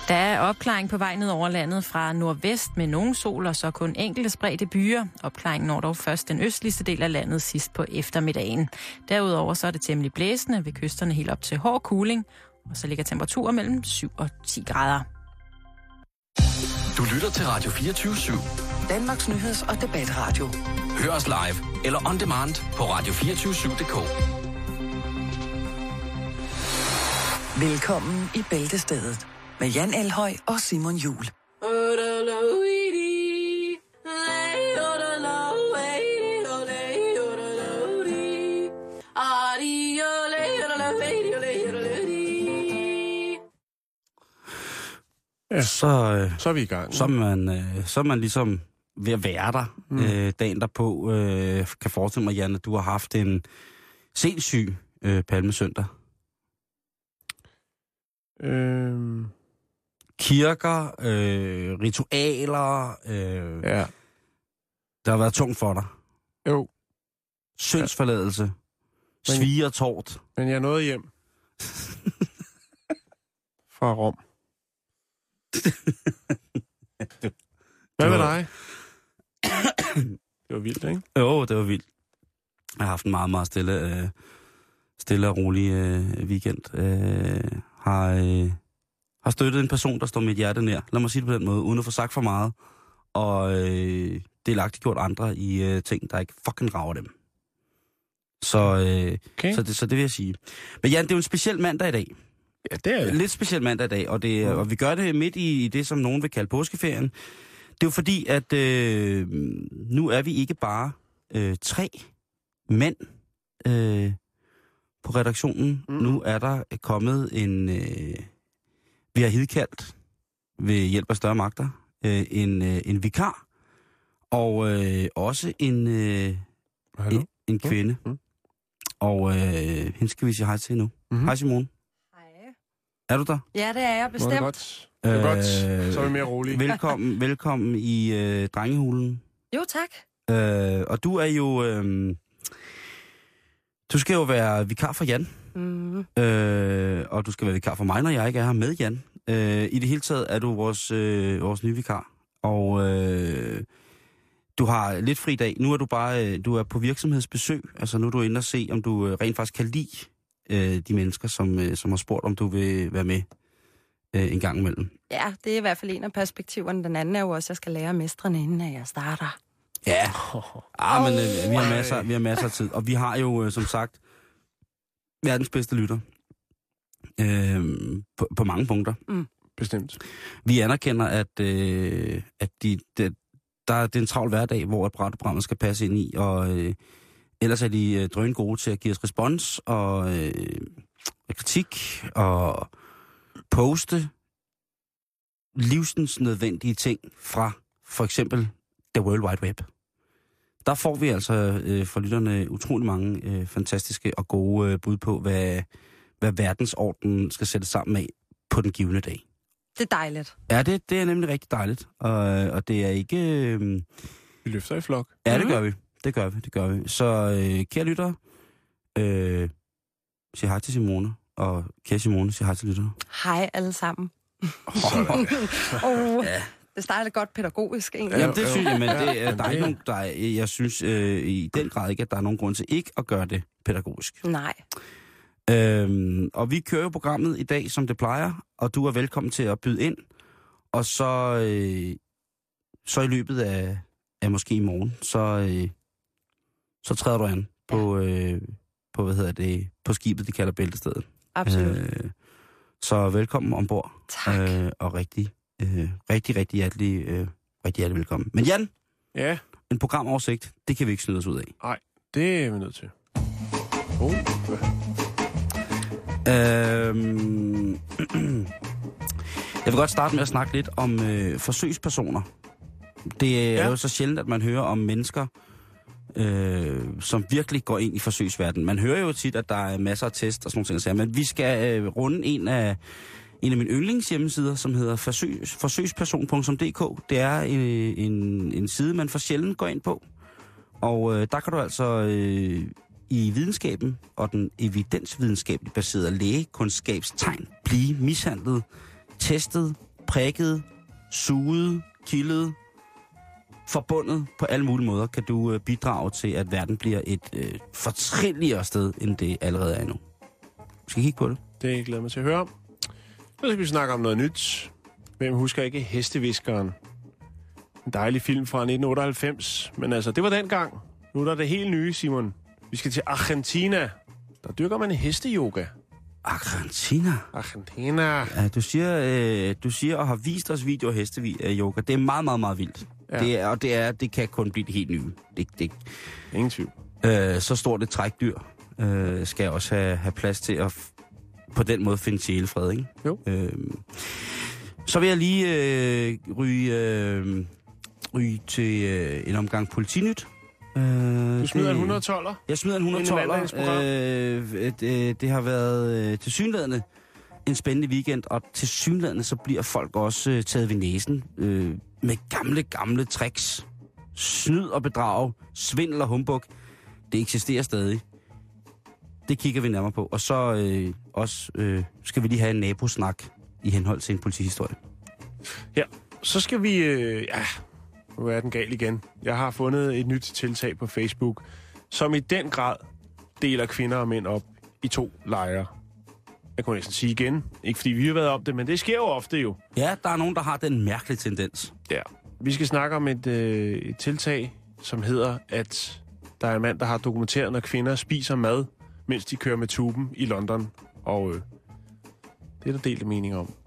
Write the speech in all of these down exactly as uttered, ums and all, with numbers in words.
Der er opklaring på vej ned over landet fra nordvest med nogen sol og så kun enkelte spredte byer. Opklaringen når dog først den østligste del af landet sidst på eftermiddagen. Derudover så er det temmelig blæsende ved kysterne helt op til hård kuling, og så ligger temperaturer mellem syv og ti grader. Du lytter til Radio fireogtyve syv. Danmarks nyheds- og debatradio. Hør os live eller on demand på radio to fire syv punktum d k. Velkommen i Bæltestedet med Jan Elhøj og Simon Juhl. Ja, så, øh, så er vi i gang. Så er man, øh, så er man ligesom ved at være der mm. øh, dagen derpå. Øh, kan forestille mig, Jan, at du har haft en sindssyg øh, palmesøndag. Øhm. Kirker, øh, ritualer. Øh, ja. Det har været tungt for dig. Jo. Syndsforladelse. Ja. Svigertort. Men jeg nåede hjem. Fra Rom. Hvad med dig? Det var vildt, ikke? Jo, det var vildt. Jeg har haft en meget, meget stille, øh, stille og rolig øh, weekend. Øh, har, øh, har støttet en person, der står mit hjerte nær. Lad mig sige det på den måde, uden at få sagt for meget. Og øh, delagtigt gjort andre i øh, ting, der ikke fucking rager dem. Så, øh, okay. så, det, så det vil jeg sige. Men Jan, det er jo en speciel mandag i dag. Ja, det er det. Lidt speciel mandag i dag, og, det, mm. og vi gør det midt i, i det, som nogen vil kalde påskeferien. Det er jo fordi, at øh, nu er vi ikke bare øh, tre mænd øh, på redaktionen. Mm. Nu er der kommet en... Øh, vi har hidkaldt ved hjælp af større magter øh, en, øh, en vikar, og øh, også en, øh, en, en kvinde. Mm. Og øh, hende skal vi sige hej til nu. Mm-hmm. Hej Simone. Er du der? Ja, det er jeg bestemt. Det er godt. Det er godt. Så er vi mere rolige. Velkommen, velkommen i øh, drengehulen. Jo, tak. Øh, og du er jo... Øh, du skal jo være vikar for Jan. Mm. Øh, og du skal være vikar for mig, når jeg ikke er her med Jan. Øh, I det hele taget er du vores, øh, vores nye vikar. Og øh, du har lidt fri dag. Nu er du bare øh, du er på virksomhedsbesøg. Altså nu er du inde og se, om du øh, rent faktisk kan lide de mennesker, som, som har spurgt, om du vil være med øh, en gang imellem. Ja, det er i hvert fald en af perspektiverne. Den anden er jo også, at jeg skal lære mestrene, inden jeg starter. Ja, ah, men øh, vi, har masser, vi har masser af tid. Og vi har jo, øh, som sagt, verdens bedste lytter. Øh, på, på mange punkter. Mm. Bestemt. Vi anerkender, at, øh, at de, de, der er en travl hverdag, hvor et programmet skal passe ind i, og... Øh, Ellers er de øh, drøn gode til at give os respons og øh, kritik og poste livsens nødvendige ting fra for eksempel The World Wide Web. Der får vi altså øh, fra lytterne utrolig mange øh, fantastiske og gode øh, bud på, hvad, hvad verdensordenen skal sætte sammen med på den givne dag. Det er dejligt. Ja, det, det er nemlig rigtig dejligt. Og, og det er ikke... Øh, vi løfter i flok. Ja, det gør vi. Det gør vi, det gør vi. Så øh, kære lyttere, øh, sig hej til Simone, og kære Simone, sig hej til lyttere. Hej alle sammen. Oh, oh, ja. Det starter godt pædagogisk, egentlig. Jamen, det synes jeg, men det, der er ikke nogen, der er, jeg synes øh, i den grad ikke, at der er nogen grund til ikke at gøre det pædagogisk. Nej. Øhm, og vi kører jo programmet i dag, som det plejer, og du er velkommen til at byde ind. Og så, øh, så i løbet af, af måske i morgen, så... Øh, så træder du an på, ja. øh, på, hvad hedder det, på skibet, de kalder Bæltestedet. Absolut. Øh, så velkommen ombord. Tak. Øh, og rigtig, øh, rigtig, rigtig hjertelig, øh, rigtig hjertelig velkommen. Men Jan, ja. En programoversigt, det kan vi ikke snyde os ud af. Nej, det er vi nødt til. Oh. Øhm, jeg vil godt starte med at snakke lidt om øh, forsøgspersoner. Det er ja. jo så sjældent, at man hører om mennesker, Øh, som virkelig går ind i forsøgsverdenen. Man hører jo tit, at der er masser af test og sådan noget, men vi skal øh, runde en af, en af mine yndlingshjemmesider, som hedder forsøg, forsøgsperson punktum d k. Det er en, en, en side, man for sjældent går ind på. Og øh, der kan du altså øh, i videnskaben og den evidensvidenskabeligt baserede lægekundskabstegn blive mishandlet, testet prikket, suget, kildet, forbundet på alle mulige måder, kan du øh, bidrage til, at verden bliver et øh, fortrinligere sted, end det allerede er nu. Skal I kigge på det? Det glæder mig til at høre om. Nu skal vi snakke om noget nyt. Hvem husker ikke Hesteviskeren? En dejlig film fra nitten otteoghalvfems. Men altså, det var dengang. Nu er der det helt nye, Simon. Vi skal til Argentina. Der dyrker man hesteyoga. Argentina? Argentina. Ja, du siger, øh, du siger og har vist os videoer af hesteyoga. Det er meget, meget, meget vildt. Ja. Det er, og det, er, det kan kun blive det helt nye. Det, det, Ingen tvivl. Øh, så stort et trækdyr øh, skal også have, have plads til at f- på den måde finde sjælefred, ikke? Jo. Øh, så vil jeg lige øh, ryge, øh, ryge til øh, en omgang Politinyt. Øh, Du smider det, en hundrede og tolver? Jeg smider en hundrede og tolver. Øh, det, det har været øh, tilsyneladende en spændende weekend, og tilsyneladende så bliver folk også øh, taget ved næsen øh, med gamle, gamle tricks. Snyd og bedrag, svindel og humbug. Det eksisterer stadig. Det kigger vi nærmere på. Og så øh, også øh, skal vi lige have en nabosnak i henhold til en politihistorie. Ja, så skal vi... Øh, ja, nu er den gal igen. Jeg har fundet et nyt tiltag på Facebook, som i den grad deler kvinder og mænd op i to lejre. Jeg kunne næsten sige igen. Ikke fordi vi har været om det, men det sker jo ofte jo. Ja, der er nogen, der har den mærkelige tendens. Ja. Vi skal snakke om et, øh, et tiltag, som hedder, at der er en mand, der har dokumenteret, når kvinder spiser mad, mens de kører med tuben i London. Og øh, det er der delte mening om.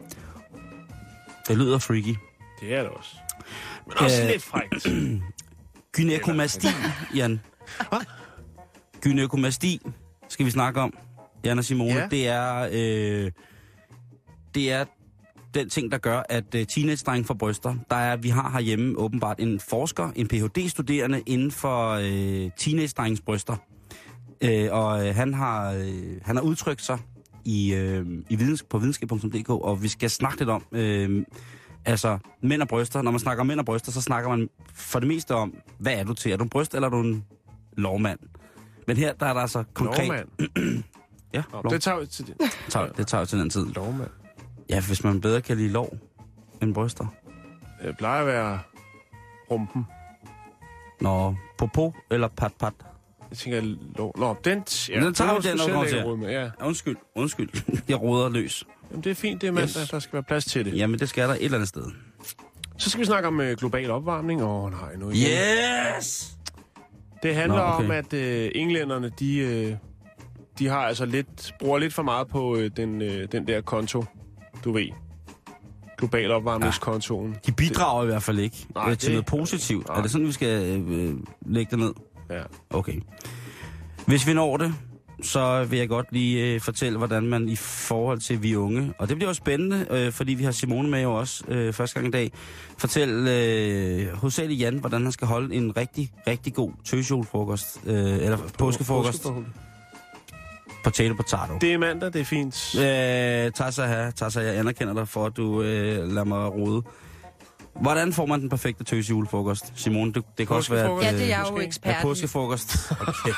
Det lyder freaky. Det er det også. Men også Øh, lidt frækt. Gynækomasti, Jan. Hvad? Gynækomasti skal vi snakke om, Jan og Simone. Ja. Det er øh, det er den ting, der gør, at uh, teenage-drenge får bryster. Der er, vi har herhjemme åbenbart en forsker, en P H D-studerende inden for øh, teenage-drengens bryster. Øh, og øh, han har øh, han har udtrykt sig i, øh, i videns, på videnskab punktum d k, og vi skal snakke lidt om øh, altså mænd og bryster. Når man snakker om mænd og bryster, så snakker man for det meste om, hvad er du til? Er du en bryst, eller er du en lovmand? Men her der er der altså konkret... Lovmand. Ja, Nå, lov. det tager vi til det. Tager, det tager jo til den tid. Lovmand. Ja, hvis man bedre kan lide lov end bryster. Det plejer at være rumpen. Nå, popo eller pat-pat. Jeg tænker, lov... Nå, den... Ja, Den tager vi den, du selv når ikke til. råd med, ja. Undskyld, undskyld. Jeg roder løs. Jamen, det er fint, det er mandag. Yes. Der skal være plads til det. Jamen, det skal der et eller andet sted. Så skal vi snakke om øh, global opvarmning. Åh, oh, nej, nu igen. Yes! Det handler Nå, okay. om, at øh, englænderne, de, øh, de har altså lidt, bruger lidt for meget på øh, den, øh, den der konto, du ved. Global opvarmningskontoen. De bidrager i hvert fald ikke Nej, øh, til det- noget positivt. Nej. Er det sådan, vi skal øh, lægge det ned? Ja. Okay. Hvis vi når det, så vil jeg godt lige øh, fortælle, hvordan man i forhold til vi unge, og det bliver jo spændende, øh, fordi vi har Simone med jo også øh, første gang i dag, fortælle øh, hovedsageligt Jan, hvordan han skal holde en rigtig, rigtig god tøsjulefrokost, øh, eller påskefrokost. Påskefrokost. Potato potato. Det er mandag, det er fint. Øh, Tassa her, Tassa, jeg anerkender dig for, at du øh, lader mig rode. Hvordan får man den perfekte tøsjulefrokost? Simone, det, det kan også være... Påskefrokost? Ja, det er jeg jo Måske. ekspert Ja, i. påskefrokost. Okay.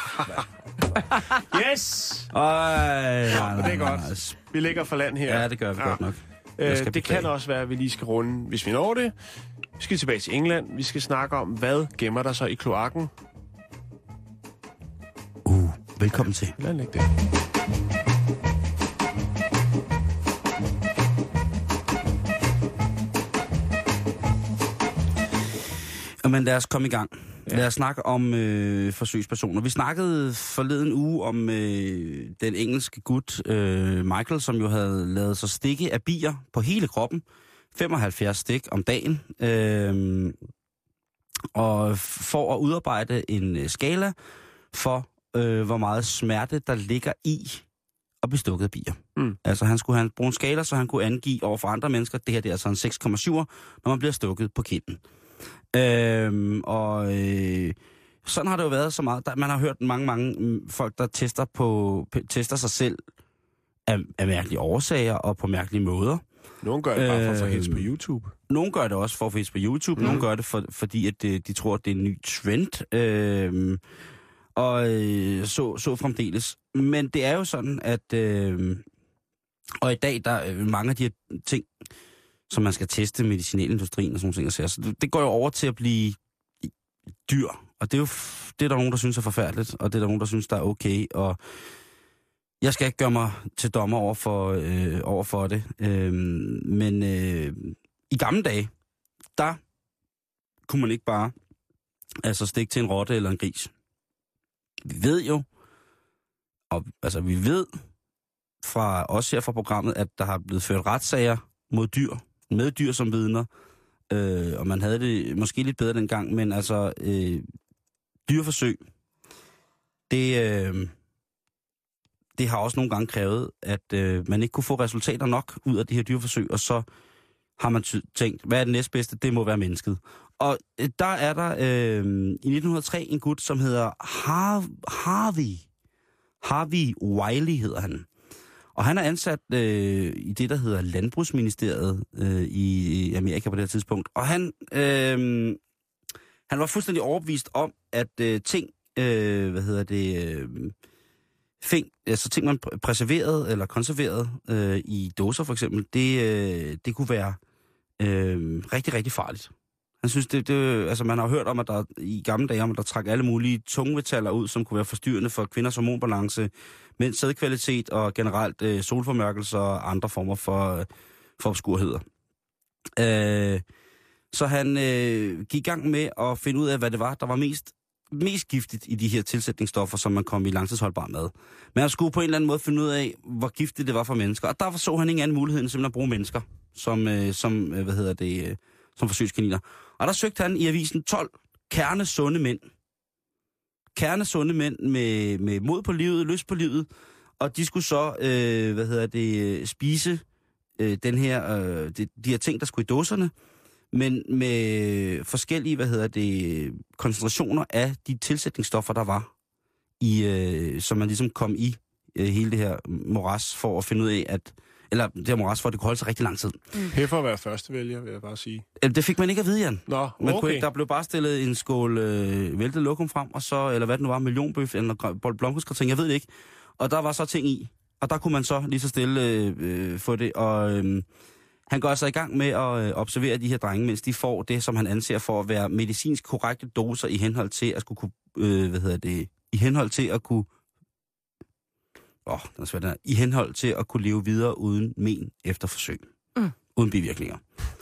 Yes! Øj, nej, det er nej, godt. nej. Vi ligger for land her. Ja, det gør vi ja. godt nok. Øh, Jeg skal det kan beklage. også være, at vi lige skal runde, hvis vi når det. Vi skal tilbage til England. Vi skal snakke om, hvad gemmer der sig i kloakken. Uh, velkommen til. Lad ligge det. Men lad os komme i gang. Ja. Lad os snakke om øh, forsøgspersoner. Vi snakkede forleden uge om øh, den engelske gut, øh, Michael, som jo havde lavet sig stikke af bier på hele kroppen. femoghalvfjerds stik om dagen. Øh, og for at udarbejde en øh, skala for, øh, hvor meget smerte der ligger i at blive stukket af bier. Mm. Altså han skulle have bruge en skala, så han kunne angive over for andre mennesker, det her det er altså en seks komma syv, når man bliver stukket på kinden. Øhm, og øh, sådan har det jo været så meget. Der, man har hørt mange, mange mm, folk, der tester, på, p- tester sig selv af, af mærkelige årsager og på mærkelige måder. Nogle gør det bare for at få Øh, hits på YouTube. Nogle gør det også for at få hits på YouTube. Mm. Nogle gør det, for, fordi at de, de tror, at det er en ny trend. Øhm, og øh, så, så fremdeles. Men det er jo sådan, at... Øh, og i dag, der er mange af de her ting, som man skal teste medicinalindustrien og sådan nogle ting. Så det, det går jo over til at blive dyr, og det er jo det er der nogen, der synes er forfærdeligt, og det er der nogen, der synes, der er okay, og jeg skal ikke gøre mig til dommer over for, øh, over for det. Øh, men øh, i gamle dage, der kunne man ikke bare altså stikke til en rotte eller en gris. Vi ved jo, og altså vi ved fra os her fra programmet, at der har blevet ført retssager mod dyr, med dyr som vidner, øh, og man havde det måske lidt bedre dengang, men altså øh, dyreforsøg, det... Øh, Det har også nogle gange krævet, at øh, man ikke kunne få resultater nok ud af de her dyreforsøg, og så har man ty- tænkt, hvad er det næstbedste? Det må være mennesket. Og øh, der er der øh, i nitten hundrede og tre en gut, som hedder Har- Harvey. Harvey Wiley hedder han. Og han er ansat øh, i det, der hedder Landbrugsministeriet øh, i Amerika på det her tidspunkt. Og han, øh, han var fuldstændig overbevist om, at øh, ting, øh, hvad hedder det... Øh, Fing, altså ting, man preserveret eller konserveret øh, i dåser for eksempel, det, øh, det kunne være øh, rigtig, rigtig farligt. Han synes, det, det, altså man har hørt om, at der i gamle dage, om at der trak alle mulige tungmetaller ud, som kunne være forstyrrende for kvinders hormonbalance, mænds sædkvalitet og generelt øh, solformørkelser og andre former for, for obskurheder. Øh, så han øh, gik i gang med at finde ud af, hvad det var, der var mest mest giftigt i de her tilsætningsstoffer, som man kom i langtidsholdbar mad. Men han skulle på en eller anden måde finde ud af, hvor giftigt det var for mennesker. Og derfor så han ingen anden mulighed end simpelthen at bruge mennesker som, øh, som øh, hvad hedder det, øh, som forsøgskaniner. Og der søgte han i avisen tolv kernesunde mænd. Kernesunde mænd med, med mod på livet, lyst på livet. Og de skulle så, øh, hvad hedder det, spise øh, den her, øh, de, de her ting, der skulle i dåserne, men med forskellige, hvad hedder det, koncentrationer af de tilsætningsstoffer, der var, i, øh, som man ligesom kom i øh, hele det her moras for at finde ud af, at, eller det her moras for, at det kunne holde sig rigtig lang tid. Mm. Peffer at være første vælger, vil jeg bare sige. Det fik man ikke at vide, Jan. Nå, okay. Man kunne ikke, der blev bare stillet en skål øh, væltet lokum frem, og så, eller hvad det nu var, millionbøf, eller blomkålsgratin, jeg ved det ikke. Og der var så ting i, og der kunne man så lige så stille øh, øh, få det, og... Øh, Han går altså i gang med at observere de her drenge, mens de får det, som han anser for at være medicinsk korrekte doser i henhold til at skulle kunne, øh, hvad hedder det, i henhold til at kunne, åh, den er svært, den er, i henhold til at kunne leve videre uden men efter forsøg. Mm. Uden bivirkninger.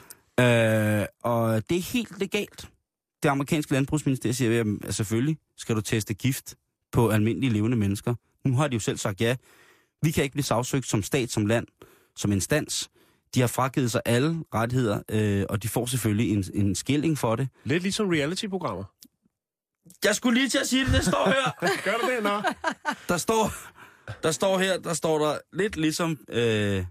Øh, og det er helt legalt. Det amerikanske landbrugsministerium siger, at selvfølgelig skal du teste gift på almindelige levende mennesker. Nu har de jo selv sagt ja. Vi kan ikke blive sagsøgt som stat, som land, som instans. De har fragivet sig alle rettigheder, øh, og de får selvfølgelig en, en skilling for det. Lidt ligesom reality-programmer. Jeg skulle lige til at sige det, det står her. Gør du det, nå? Der står, der står her, der står der lidt ligesom... Øh, der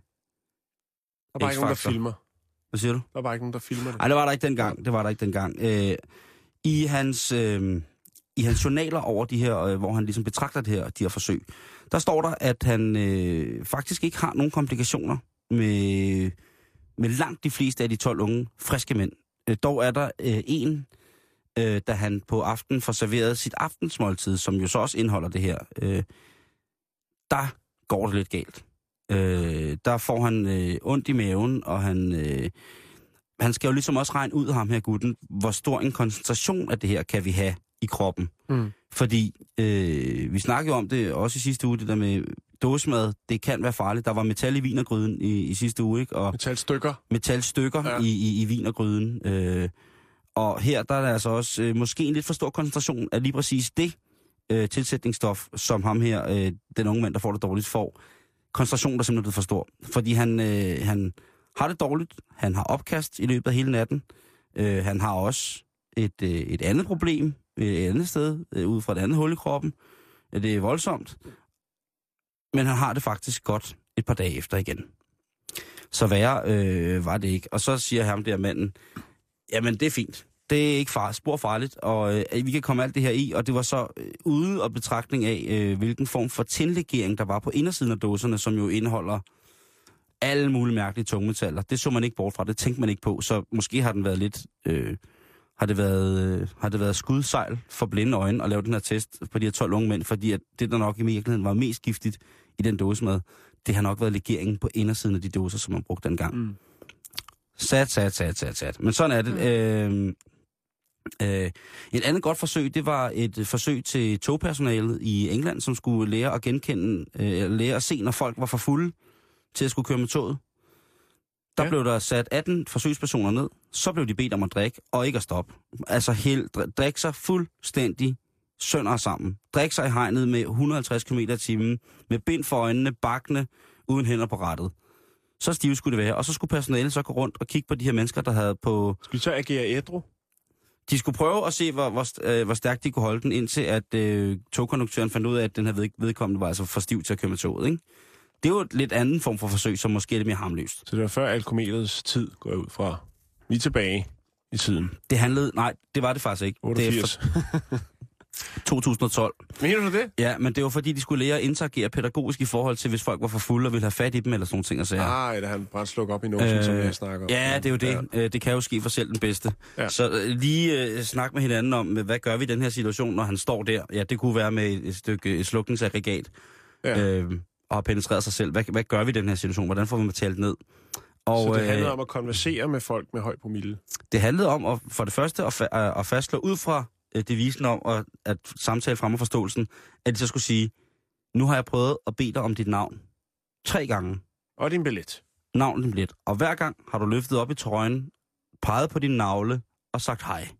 var bare ikke nogen, der filmer. Hvad siger du? Der var bare ikke nogen, der filmer det. Nej, det var der ikke dengang. Det var der ikke dengang. Øh, I hans... Øh, I hans journaler over de her, øh, hvor han ligesom betragter det her, de her forsøg, der står der, at han øh, faktisk ikke har nogen komplikationer med, med langt de fleste af de tolv unge, friske mænd. Øh, dog er der øh, en, øh, da han på aftenen får serveret sit aftensmåltid, som jo så også indeholder det her, øh, der går det lidt galt. Øh, der får han øh, ondt i maven, og han, øh, han skal jo ligesom også regne ud, ham her gutten, hvor stor en koncentration af det her kan vi have i kroppen. Mm. Fordi øh, vi snakkede jo om det også i sidste uge, det der med dåsemad, det kan være farligt. Der var metal i vinergryden i, i sidste uge, ikke? Og metalstykker. Metalstykker ja. i, i, i vinergryden. Øh, og her der er der altså også øh, måske en lidt for stor koncentration af lige præcis det øh, tilsætningsstof, som ham her, øh, den unge mand, der får det dårligt, får. Koncentrationen er simpelthen blevet for stor. Fordi han, øh, han har det dårligt, han har opkast i løbet af hele natten, øh, han har også et, øh, et andet problem, et andet sted, øh, ud fra et andet hul i kroppen. Det er voldsomt. Men han har det faktisk godt et par dage efter igen. Så værre øh, var det ikke. Og så siger ham der manden, jamen det er fint. Det er ikke far, spor farligt, og øh, vi kan komme alt det her i. Og det var så øh, ude af betragtning af, øh, hvilken form for tillegering der var på indersiden af dåserne, som jo indeholder alle mulige mærkelige tungmetaller. Det så man ikke bort fra, det tænkte man ikke på. Så måske har den været lidt... Øh, Har det, været, øh, har det været skudsejl for blinde øjne at lave den her test på de her tolv unge mænd, fordi at det, der nok i virkeligheden var mest giftigt i den dåsemad, det har nok været legeringen på indersiden af de dåser, som man brugte dengang. Mm. Sat, sat, sat, sat, sat. Men sådan er det. Mm. Øh, øh, et andet godt forsøg, det var et forsøg til togpersonalet i England, som skulle lære at genkende, øh, lære at se, når folk var for fulde til at skulle køre med toget. Der ja. blev der sat atten forsøgspersoner ned, så blev de bedt om at drikke, og ikke at stoppe. Altså helt, drikke sig fuldstændig sønder sammen. Drikke sig i hegnet med et hundrede og halvtreds kilometer i timen, med bind for øjnene, bakkende, uden hænder på rattet. Så stive skulle det være. Og så skulle personalet så gå rundt og kigge på de her mennesker, der havde på... Skulle de så agere ædru? De skulle prøve at se, hvor, hvor, øh, hvor stærkt de kunne holde den, indtil at øh, togkonduktøren fandt ud af, at den her ved, vedkommende var altså for stiv til at køre med toget, ikke? Det er jo et lidt anden form for forsøg, som måske er lidt mere harmløst. Så det var før alkomelets tid, går jeg ud fra. Vi er tilbage i tiden. Det handlede... Nej, det var det faktisk ikke. otteogfirs. Det er for... to tusind og tolv. Mener du det? Ja, men det var fordi, de skulle lære at interagere pædagogisk i forhold til, hvis folk var for fulde og ville have fat i dem, eller sådan nogle ting. Og sager. Ah, eller han bare slukke op i nosen, øh, som jeg snakker om. Ja, det er jo det. Ja. Det kan jo ske for selv den bedste. Ja. Så øh, lige øh, snak med hinanden om, hvad gør vi i den her situation, når han står der? Ja, det kunne være med et stykke et slukningsaggregat. Ja. Øh, og har penetreret sig selv. Hvad, hvad gør vi i den her situation? Hvordan får vi dem talt ned? Og, så det handlede øh, om at konversere med folk med høj promille? Det handlede om at, for det første at, fa- at fastslå ud fra devisen om at, at samtale frem og forståelsen, at de så skulle sige, nu har jeg prøvet at bede dig om dit navn. Tre gange. Og din billet. Navn og din billet. Og hver gang har du løftet op i trøjen, peget på din navle og sagt hej.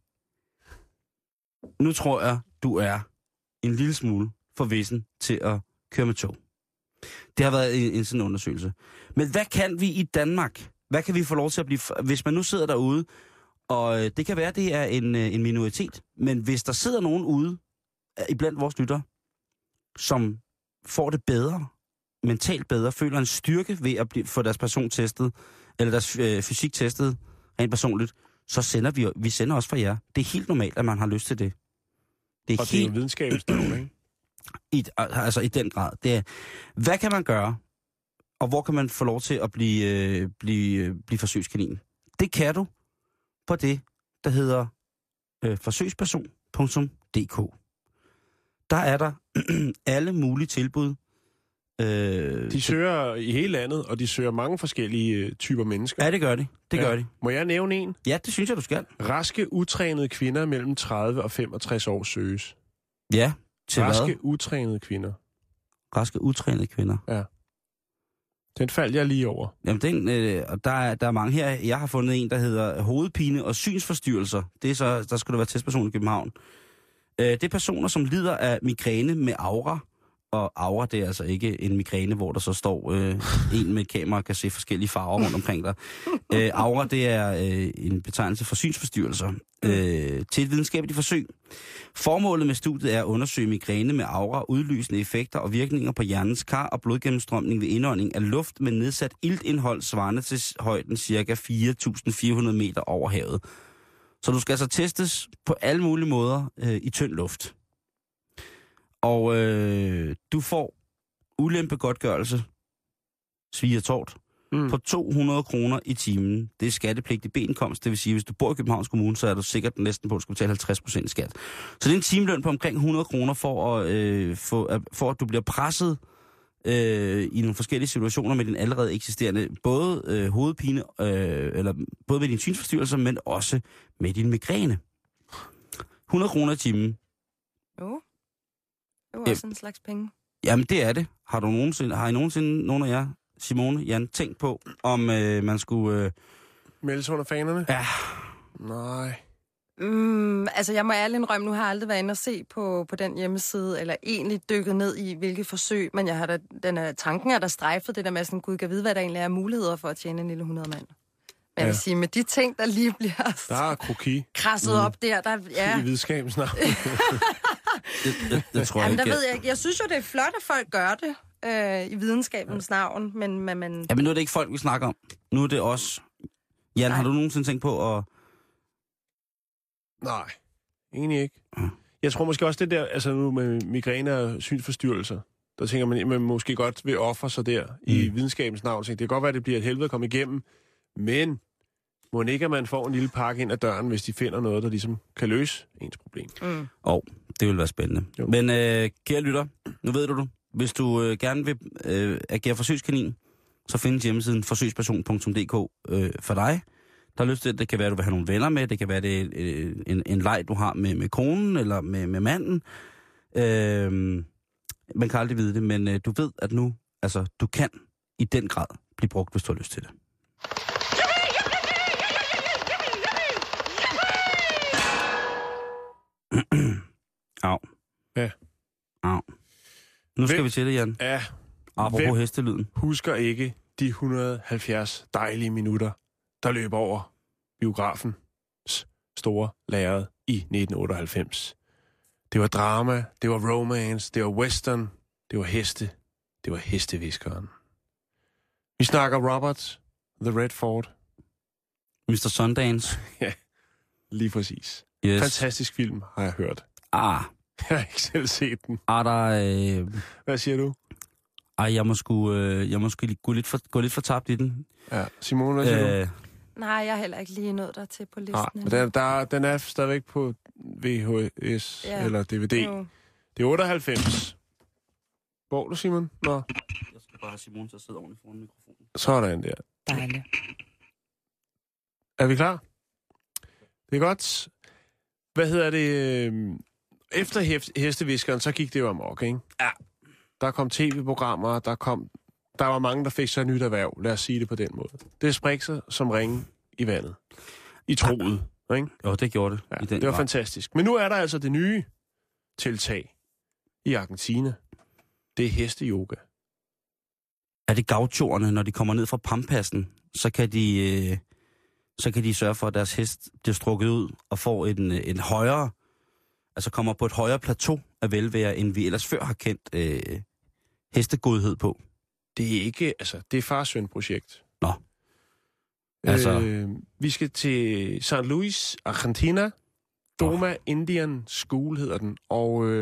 Nu tror jeg, du er en lille smule forvissen til at køre med tog. Det har været en, en sådan undersøgelse. Men hvad kan vi i Danmark? Hvad kan vi få lov til at blive... Hvis man nu sidder derude, og det kan være, det er en, en minoritet, men hvis der sidder nogen ude iblandt vores lyttere, som får det bedre, mentalt bedre, føler en styrke ved at blive, få deres person testet, eller deres øh, fysik testet rent personligt, så sender vi, vi sender også fra jer. Det er helt normalt, at man har lyst til det. Det er og helt... det er en videnskabsstål, ikke? I, altså i den grad. Det er, hvad kan man gøre, og hvor kan man få lov til at blive, øh, blive, øh, blive forsøgskanin? Det kan du på det, der hedder øh, forsøgsperson punktum d k. Der er der alle mulige tilbud. Øh, de søger i hele landet, og de søger mange forskellige øh, typer mennesker. Ja, det gør de. Det ja. gør de. Må jeg nævne en? Ja, det synes jeg, du skal. Raske, utrænede kvinder mellem tredive og femogtres år søges. Ja, til Raske, hvad? utrænede kvinder. Raske, utrænede kvinder. Ja. Den faldt jeg lige over. Jamen, den, øh, der, er, der er mange her. Jeg har fundet en, der hedder hovedpine og synsforstyrrelser. Det er så, der skulle der være testperson i København. Øh, det er personer, som lider af migræne med aura. Og aura, det er altså ikke en migræne, hvor der så står øh, en med kamera og kan se forskellige farver rundt omkring dig. Øh, aura, det er øh, en betegnelse for synsforstyrrelser. Øh, til et videnskabeligt forsøg. Formålet med studiet er at undersøge migræne med aura, udløsende effekter og virkninger på hjernens kar og blodgennemstrømning ved indånding af luft med nedsat iltindhold svarende til højden ca. fire tusind fire hundrede meter over havet. Så du skal altså testes på alle mulige måder øh, i tynd luft. Og øh, du får ulempegodtgørelse, svigertort, mm. på to hundrede kroner i timen. Det er skattepligtig benkomst, det vil sige, hvis du bor i Københavns Kommune, så er du sikkert næsten på, at du skal betale halvtreds procent i skat. Så det er en timeløn på omkring hundrede kroner for at, øh, for, for at du bliver presset øh, i nogle forskellige situationer med din allerede eksisterende, både øh, hovedpine, øh, eller både med din synsforstyrrelser, men også med din migræne. hundrede kroner i timen. Jo. Det var også en slags penge. Jamen, det er det. Har, du nogensinde, har I nogensinde, nogen af jer, Simone, Jan, tænkt på, om øh, man skulle... Øh... Melde sig under fanerne? Ja. Nej. Mm, altså, jeg må ærligt indrømme, nu har jeg aldrig været inde og se på, på den hjemmeside, eller egentlig dykket ned i, hvilke forsøg, men jeg har da, den er, tanken er der strejfet, det der med sådan, gud kan vide, hvad der egentlig er muligheder for at tjene en lille hundrede mand. Men jeg vil sige, med de ting, der lige bliver... Der er kroki. Krasset mm. op der, der... Ja. I videnskabens navn. det, det, det tror jeg Jamen, der ikke. ved jeg ikke. Jeg synes jo, det er flot, at folk gør det øh, i videnskabens navn, men... men, men... Ja, men nu er det ikke folk, vi snakker om. Nu er det os. Jan, Nej. Har du nogensinde tænkt på at... Nej, egentlig ikke. Ja. Jeg tror måske også det der, altså nu med migræne og synsforstyrrelser, der tænker man, man måske godt vil ofre sig der mm. i videnskabens navn. Det kan godt være, at det bliver et helvede at komme igennem, men må ikke, at man får en lille pakke ind ad døren, hvis de finder noget, der ligesom kan løse ens problem. Mm. Og det vil være spændende. Jo. Men øh, kære lytter, nu ved du du, hvis du øh, gerne vil øh, agere forsøgskanin, så findes hjemmesiden forsøgsperson punktum d k øh, for dig. der har lyst til, det kan være, at du vil have nogle venner med, det kan være, det er en, en leg, du har med, med konen eller med, med manden. Øh, man kan aldrig vide det, men øh, du ved, at nu, altså, du kan i den grad blive brugt, hvis du har lyst til det. Au. Ja. Au. Nu skal Hvem? vi til det, Jan. Ja. Apropos Hvem hestelyden. husker ikke de et hundrede og halvfjerds dejlige minutter, der løb over biografens store lærred i nitten otteoghalvfems. Det var drama, det var romance, det var western, det var heste, det var hesteviskeren. Vi snakker Robert The Redford. mister Sundance. Ja, lige præcis. Yes. Fantastisk film, har jeg hørt. Ah, Jeg har ikke selv set den. er der... Øh... Hvad siger du? Ej, jeg må sgu, øh, jeg må sgu gå lidt for, gå lidt for tabt i den. Ja, Simone, hvad siger Øh, du? Nej, jeg er heller ikke lige nået der til på listen. Nej, men den, der, den er stadigvæk på V H S Ja. eller D V D. Jo. Det er otteoghalvfems. Hvor du, Simon? Nå, jeg skal bare have Simon til at sidde ordentligt foran mikrofonen. sådan der. Dejligt. Er vi klar? Det er godt. Hvad hedder det? øh, Efter hef- hesteviskeren, så gik det jo amok, ikke? Ja. Der kom tv-programmer, der kom... Der var mange, der fik sig et nyt erhverv. Lad os sige det på den måde. Det spredte sig som ringe i vandet. I troet, ikke? Jo, det gjorde det. Ja, i den det var grad. fantastisk. Men nu er der altså det nye tiltag i Argentina. Det er hesteyoga. Er det gauchoerne, når de kommer ned fra Pampassen, så kan de, øh, så kan de sørge for, at deres hest bliver strukket ud og får en, en højere, altså kommer på et højere plateau af velvære, end vi ellers før har kendt øh, hestegodhed på. Det er ikke, altså, det er far-søn-projekt. Nå. Altså- Øh, vi skal til San Luis, Argentina. Doma Indian School hedder den. Og øh,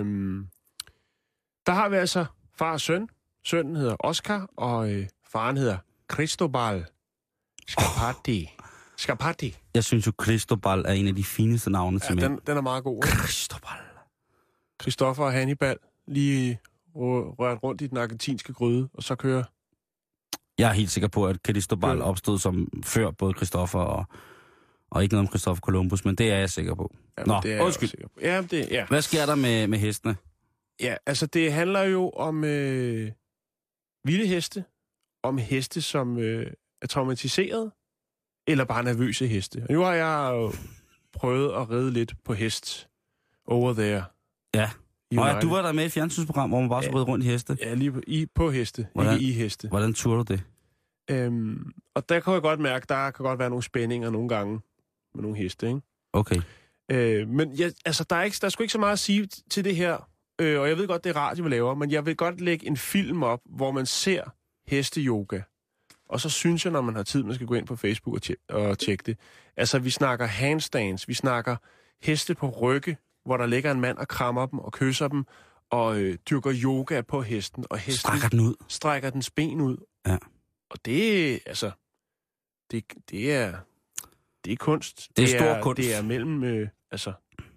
der har vi altså far og søn. Sønnen hedder Oscar, og øh, faren hedder Cristobal Scarpati. Oh. Scarpati. Jeg synes jo, Cristobal er en af de fineste navne til Ja, mænd. den, den er meget god. Ikke? Cristobal. Christoffer og Hannibal lige rørt rundt i den argentinske gryde, og så kører... Jeg er helt sikker på, at Cristobal Ja. opstod som før både Christoffer og, og ikke noget om Christoffer Columbus, men det er jeg sikker på. Jamen, Nå, det er jeg undskyld. også sikker på. Ja, det, ja. Hvad sker der med, med hestene? Ja, altså det handler jo om øh, vilde heste, om heste, som øh, er traumatiseret, eller bare nervøse heste. Og nu har jeg jo prøvet at ride lidt på hest over there. Ja. I Og ja, United. du var der med i et fjernsynsprogram, hvor man bare skulle ride rundt i heste. Ja, lige på, i, på heste, Hvordan? ikke i heste. Hvordan turde du det? Øhm, og der kan jeg godt mærke, der kan godt være nogle spændinger nogle gange med nogle heste, ikke? Okay. Øh, men ja, altså, der er, ikke, der er sgu ikke så meget at sige t- til det her. Øh, og jeg ved godt, det er radio, vi laver, men jeg vil godt lægge en film op, hvor man ser hesteyoga. Og så synes jeg, når man har tid, man skal gå ind på Facebook og, tje- og tjekke det. Altså, vi snakker handstands, vi snakker heste på rygge, hvor der ligger en mand og krammer dem og kysser dem, og øh, dyrker yoga på hesten. Og hesten Strækker den ud. strækker dens ben ud. Ja. Og det, altså, det, det er, det er kunst. Det er stor kunst. Det er mellem, øh, altså,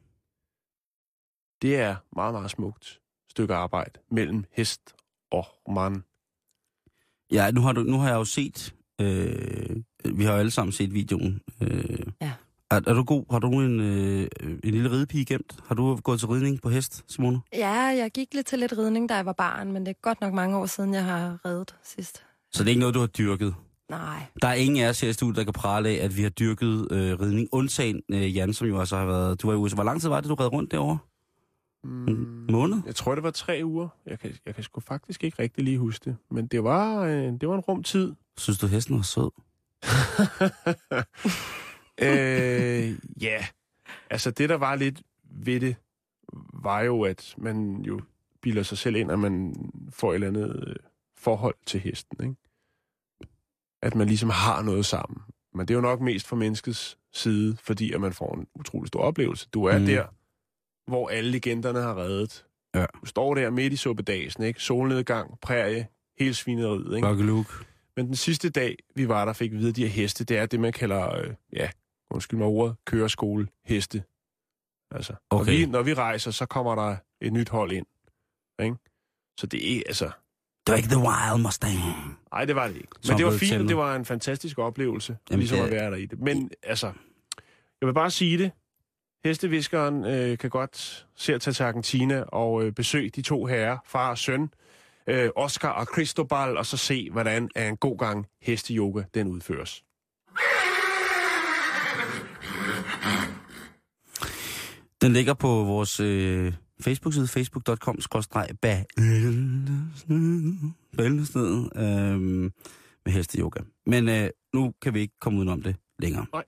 det er meget, meget smukt stykke arbejde mellem hest og mand. Ja, nu har, du, nu har jeg jo set, øh, vi har jo alle sammen set videoen. Øh, Ja. Er, er du god? Har du en, øh, en lille ridepige gemt? Har du gået til ridning på hest, Simone? Ja, jeg gik lidt til lidt ridning, da jeg var barn, men det er godt nok mange år siden, jeg har reddet sidst. Så det er ikke noget, du har dyrket? Nej. Der er ingen af os her i studiet, der kan prale af, at vi har dyrket øh, ridning. Undtagen øh, Jan, som jo også har været... Du var i U S A. Hvor lang tid var det, du red rundt derovre? Mm, En måned? jeg tror, det var tre uger. Jeg kan, jeg kan sgu faktisk ikke rigtig lige huske det. Men det var, øh, det var en rum tid. Synes du, hesten var sød? øh, ja, altså det, der var lidt ved det, var jo, at man jo bilder sig selv ind, at man får et eller andet øh, forhold til hesten, ikke? At man ligesom har noget sammen. Men det er jo nok mest fra menneskets side, fordi at man får en utrolig stor oplevelse. Du er Mm. mm. der, hvor alle legenderne har reddet. Ja. Du står der midt i suppedagen, ikke? Solnedgang, prærie, hele svineriet, ikke? Bukke Luke. Men den sidste dag, vi var der, fik vi vide, at de her heste, det er det, man kalder, øh, ja, undskyld mig ordet, køreskole heste. Altså, Okay. når, vi, når vi rejser, så kommer der et nyt hold ind. Ikke? Så det er, altså... Det var ikke The Wild Mustang. Nej, det var det ikke. Men Som det var blev fint, til- det var en fantastisk oplevelse, Jamen, ligesom det- at være der i det. Men altså, jeg vil bare sige det. Hesteviskeren øh, kan godt se at tage til Argentina og øh, besøge de to herrer, far og søn, øh, Oscar og Cristobal, og så se, hvordan er en god gang hesteyoga, den udføres. Den ligger på vores øh, Facebook-side, facebook punktum com skråstreg bæltestedet øh, med hesteyoga. Men øh, nu kan vi ikke komme udenom det længere. Nej.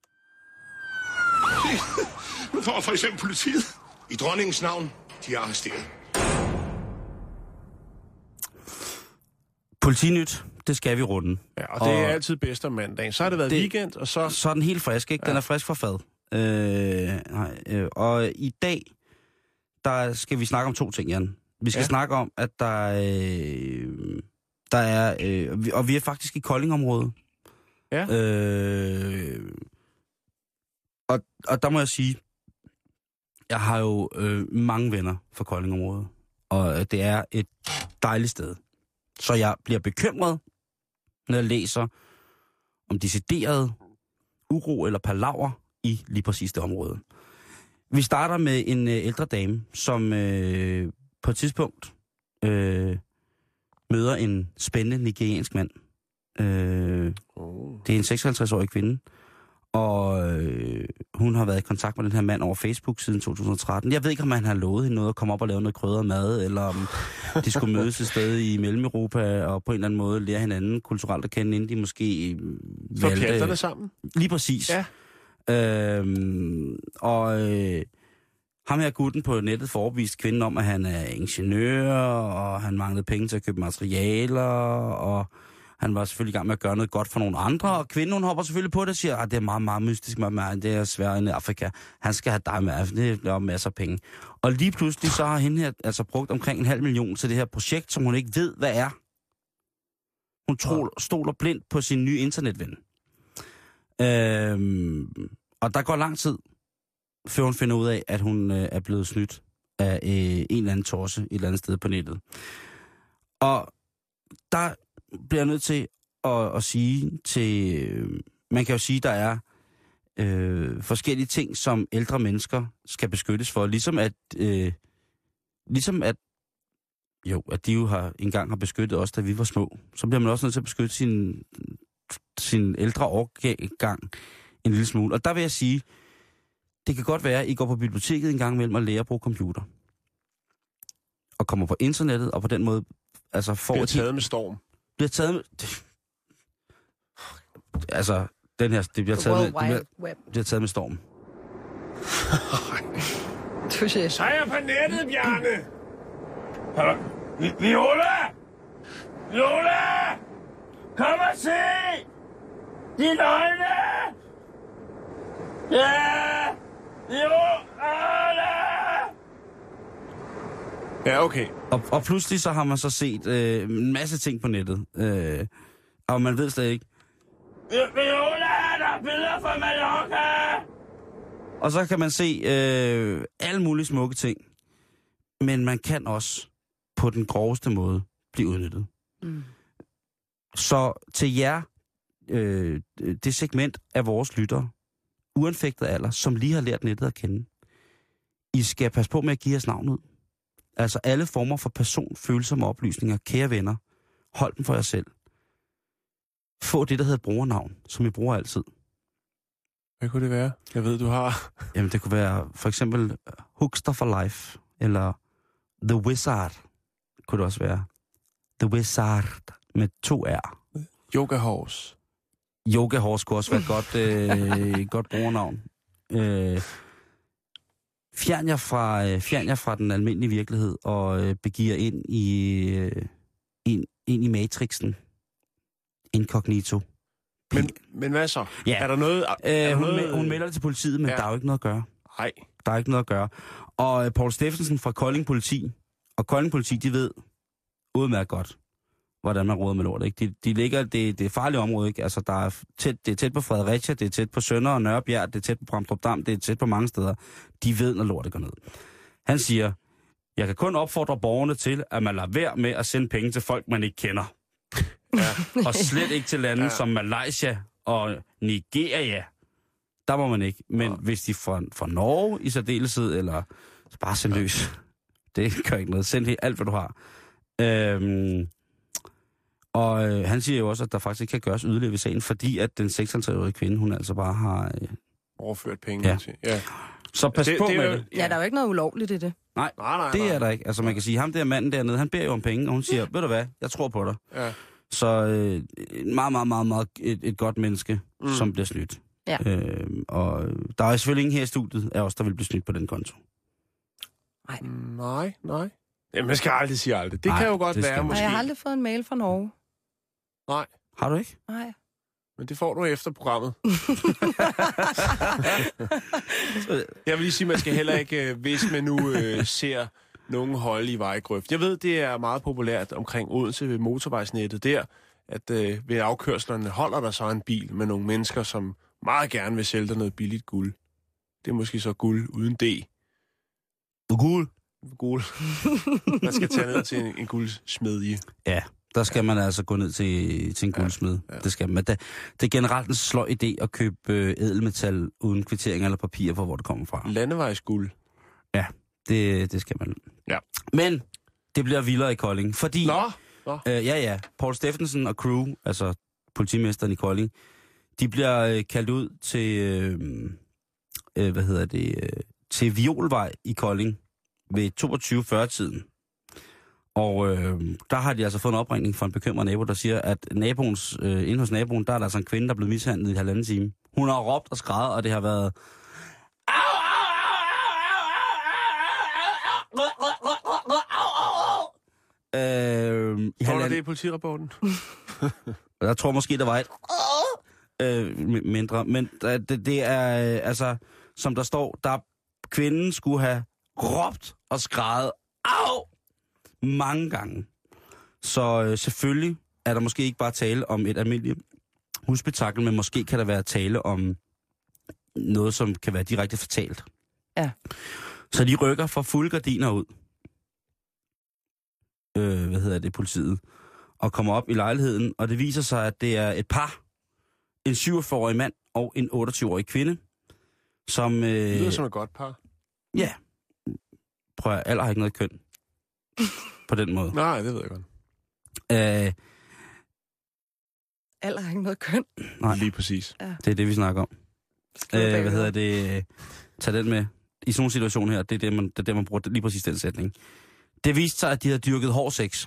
Nu får for eksempel politiet. I dronningens navn, de er arresteret. Politinyt, det skal vi runde. Ja, og det og er altid bedst om mandagen. Så har det været det, det, weekend, og så... Så er den helt frisk, ikke? Den Ja. er frisk fra fad. Øh, nej, øh, og i dag, der skal vi snakke om to ting, Jan. Vi skal ja. Ja. snakke om, at der, øh, der er... Øh, vi- og vi er faktisk i Kolding-området. Ja. Øh, og, og der må jeg sige, jeg har jo øh, mange venner fra Kolding-området. Og øh, det er et dejligt sted. Så jeg bliver bekymret, når jeg læser om decideret uro eller palaver i lige præcis det område. Vi starter med en øh, ældre dame, som øh, på et tidspunkt øh, møder en spændende nigeriansk mand. Øh, Oh. det er en seksoghalvtreds-årig kvinde, og øh, hun har været i kontakt med den her mand over Facebook siden to tusind og tretten. Jeg ved ikke, om han har lovet hende noget at komme op og lave noget krydret mad, eller om de skulle mødes et sted i Mellem-Europa og på en eller anden måde lære hinanden kulturelt at kende, inden de måske Så valgte... pjalter det sammen. Lige præcis. Ja. Øhm, og øh, ham her gutten på nettet får overbevist kvinden om, at han er ingeniør, og han manglede penge til at købe materialer, og han var selvfølgelig i gang med at gøre noget godt for nogle andre, og kvinden hun hopper selvfølgelig på det og siger, at det er meget, meget mystisk med mig, det er svært end i Afrika. Han skal have dig med, det er masser af penge. Og lige pludselig så har hende her altså brugt omkring en halv million til det her projekt, som hun ikke ved, hvad er. Hun tror, stoler blindt på sin nye internetven. Øhm, og der går lang tid, før hun finder ud af, at hun øh, er blevet snydt af øh, en eller anden torse et eller andet sted på nettet. Og der bliver jeg nødt til at, at sige til... Øh, man kan jo sige, der er øh, forskellige ting, som ældre mennesker skal beskyttes for. Ligesom at... Øh, ligesom at jo, at de jo har, engang har beskyttet os, da vi var små. Så bliver man også nødt til at beskytte sin, sin ældre årgang en lille smule. Og der vil jeg sige, det kan godt være, at I går på biblioteket en gang imellem og lærer at bruge computer. Og kommer på internettet, og på den måde altså får... Bliver et taget med storm. bliver taget med... Altså, den her, det bliver taget med, det World bliver, Wide Web. bliver taget med storm. Touché. Så er jeg på nettet, Bjarne! Vi- Viola! Viola! Kom og se! Dine øjne! Ja! Viola! Ja, okay. Og, og pludselig så har man så set øh, en masse ting på nettet. Øh, og man ved slet ikke. Viola, der er billeder fra Mallorca! Og så kan man se øh, alle mulige smukke ting. Men man kan også på den groveste måde blive udnyttet. Mm. Så til jer, øh, det segment af vores lyttere, uanfægtet alder, som lige har lært nettet at kende, I skal passe på med at give jeres navn ud. Altså alle former for personfølsomme oplysninger, kære venner, hold dem for jer selv. Få det, der hedder brugernavn, som I bruger altid. Hvad kunne det være? Jeg ved, du har... Jamen, det kunne være for eksempel Hookster for Life, eller The Wizard, kunne det også være. The Wizard med to R. Yoga Horse. Yoga Horse kunne også være et godt, øh, godt brugernavn. Øh, fjern, jer fra, øh, fjern jer fra den almindelige virkelighed og øh, begiv jer ind i, øh, ind, ind i matrixen. Incognito. Men, men hvad så? Ja. Er der noget... Er der Øh, hun, noget... me- hun melder det til politiet, men Ja. der er jo ikke noget at gøre. Nej. Der er ikke noget at gøre. Og øh, Poul Steffensen fra Kolding Politi, og Kolding Politi, de ved udmærket godt, hvordan man råder med lort. Ikke? De, de ligger, det, det er farligt område, ikke? Altså, der er tæt, det er tæt på Fredericia, det er tæt på Sønder og Nørrebjerg, det er tæt på Bramdrup Dam, det er tæt på mange steder. De ved, når lortet går ned. Han siger, Jeg kan kun opfordre borgerne til, at man lader være med at sende penge til folk, man ikke kender. Ja. Og slet ikke til lande ja. som Malaysia og Nigeria. Der må man ikke. Men ja. hvis de får, får Norge i særdeleshed, eller bare send løs. Ja. Det gør ikke noget. Send helt alt, hvad du har. Øhm, og øh, han siger jo også, at der faktisk ikke kan gøres yderligere ved sagen, fordi at den seksoghalvtreds-årige kvinde, hun altså bare har... Øh, overført penge ja. til. Ja. Så pas det, på det med jo, det. Ja, der er jo ikke noget ulovligt i det. Nej, nej, nej, det nej. er der ikke. Altså man kan sige, ham der manden dernede, han beder jo om penge, og hun siger, ved du hvad, jeg tror på dig. Ja. Så øh, meget, meget, meget, meget et, et godt menneske, mm. som bliver snydt. Ja. Øh, og der er selvfølgelig ingen her i studiet af os, der vil blive snydt på den konto. Nej. Nej, nej. Jamen, man skal aldrig sige aldrig. Det nej, kan jo godt være, måske. Nej, jeg har aldrig fået en mail fra Norge. Nej. Har du ikke? Nej. Men det får du efter programmet. Jeg vil lige sige, at man skal heller ikke, hvis man nu øh, ser nogen holde i vejgrøft. Jeg ved, det er meget populært omkring Odense ved motorvejsnettet der, at øh, ved afkørslerne holder der så en bil med nogle mennesker, som meget gerne vil sælge dig noget billigt guld. Det er måske så guld uden D. Guld? Guld. Man skal tage ned til en, en guldsmedje. Ja, der skal man altså gå ned til, til en guldsmed. Ja, ja. Det skal man. Det, det er generelt en sløj idé at købe øh, ædelmetal uden kvittering eller papir for, hvor det kommer fra. Landevejsguld. Ja, det, det skal man. Ja. Men det bliver vildere i Kolding, fordi... Nå, nå. Øh, ja, ja. Paul Steffensen og crew, altså politimesteren i Kolding, de bliver øh, kaldt ud til, øh, øh, hvad hedder det, øh, til Violvej i Kolding ved toogtyve fyrre-tiden. Og øh, der har de altså fået en opringning fra en bekymret nabo, der siger, at naboens, øh, inde hos naboen, der er der altså en kvinde, der er blevet mishandlet i et halvanden time. Hun har råbt og skrædet, og det har været... Øh, Får du det i politirapporten? Jeg tror måske, der var et øh, mindre. Men det, det er, øh, altså, som der står, der kvinden skulle have råbt og skrædet au mange gange. Så øh, selvfølgelig er der måske ikke bare tale om et almindeligt husspektakel, men måske kan der være tale om noget, som kan være direkte fatalt. Ja. Så de rykker fra fulde gardiner ud. Øh, hvad hedder det, politiet, og kommer op i lejligheden, og det viser sig, at det er et par, en syvogfyrre-årig mand og en otteogtyve-årig kvinde, som... Øh, det lyder som et godt par. Ja. Prøv at, alder har ikke noget køn. På den måde. Nej, det ved jeg godt. Øh, alder har ikke noget køn. Nej, lige præcis. Ja. Det er det, vi snakker om. Øh, hvad hedder det? Tag den med. I sådan en situation her, det er det, man, det er det, man bruger lige præcis den sætning. Det viste sig, at de havde dyrket hård sex.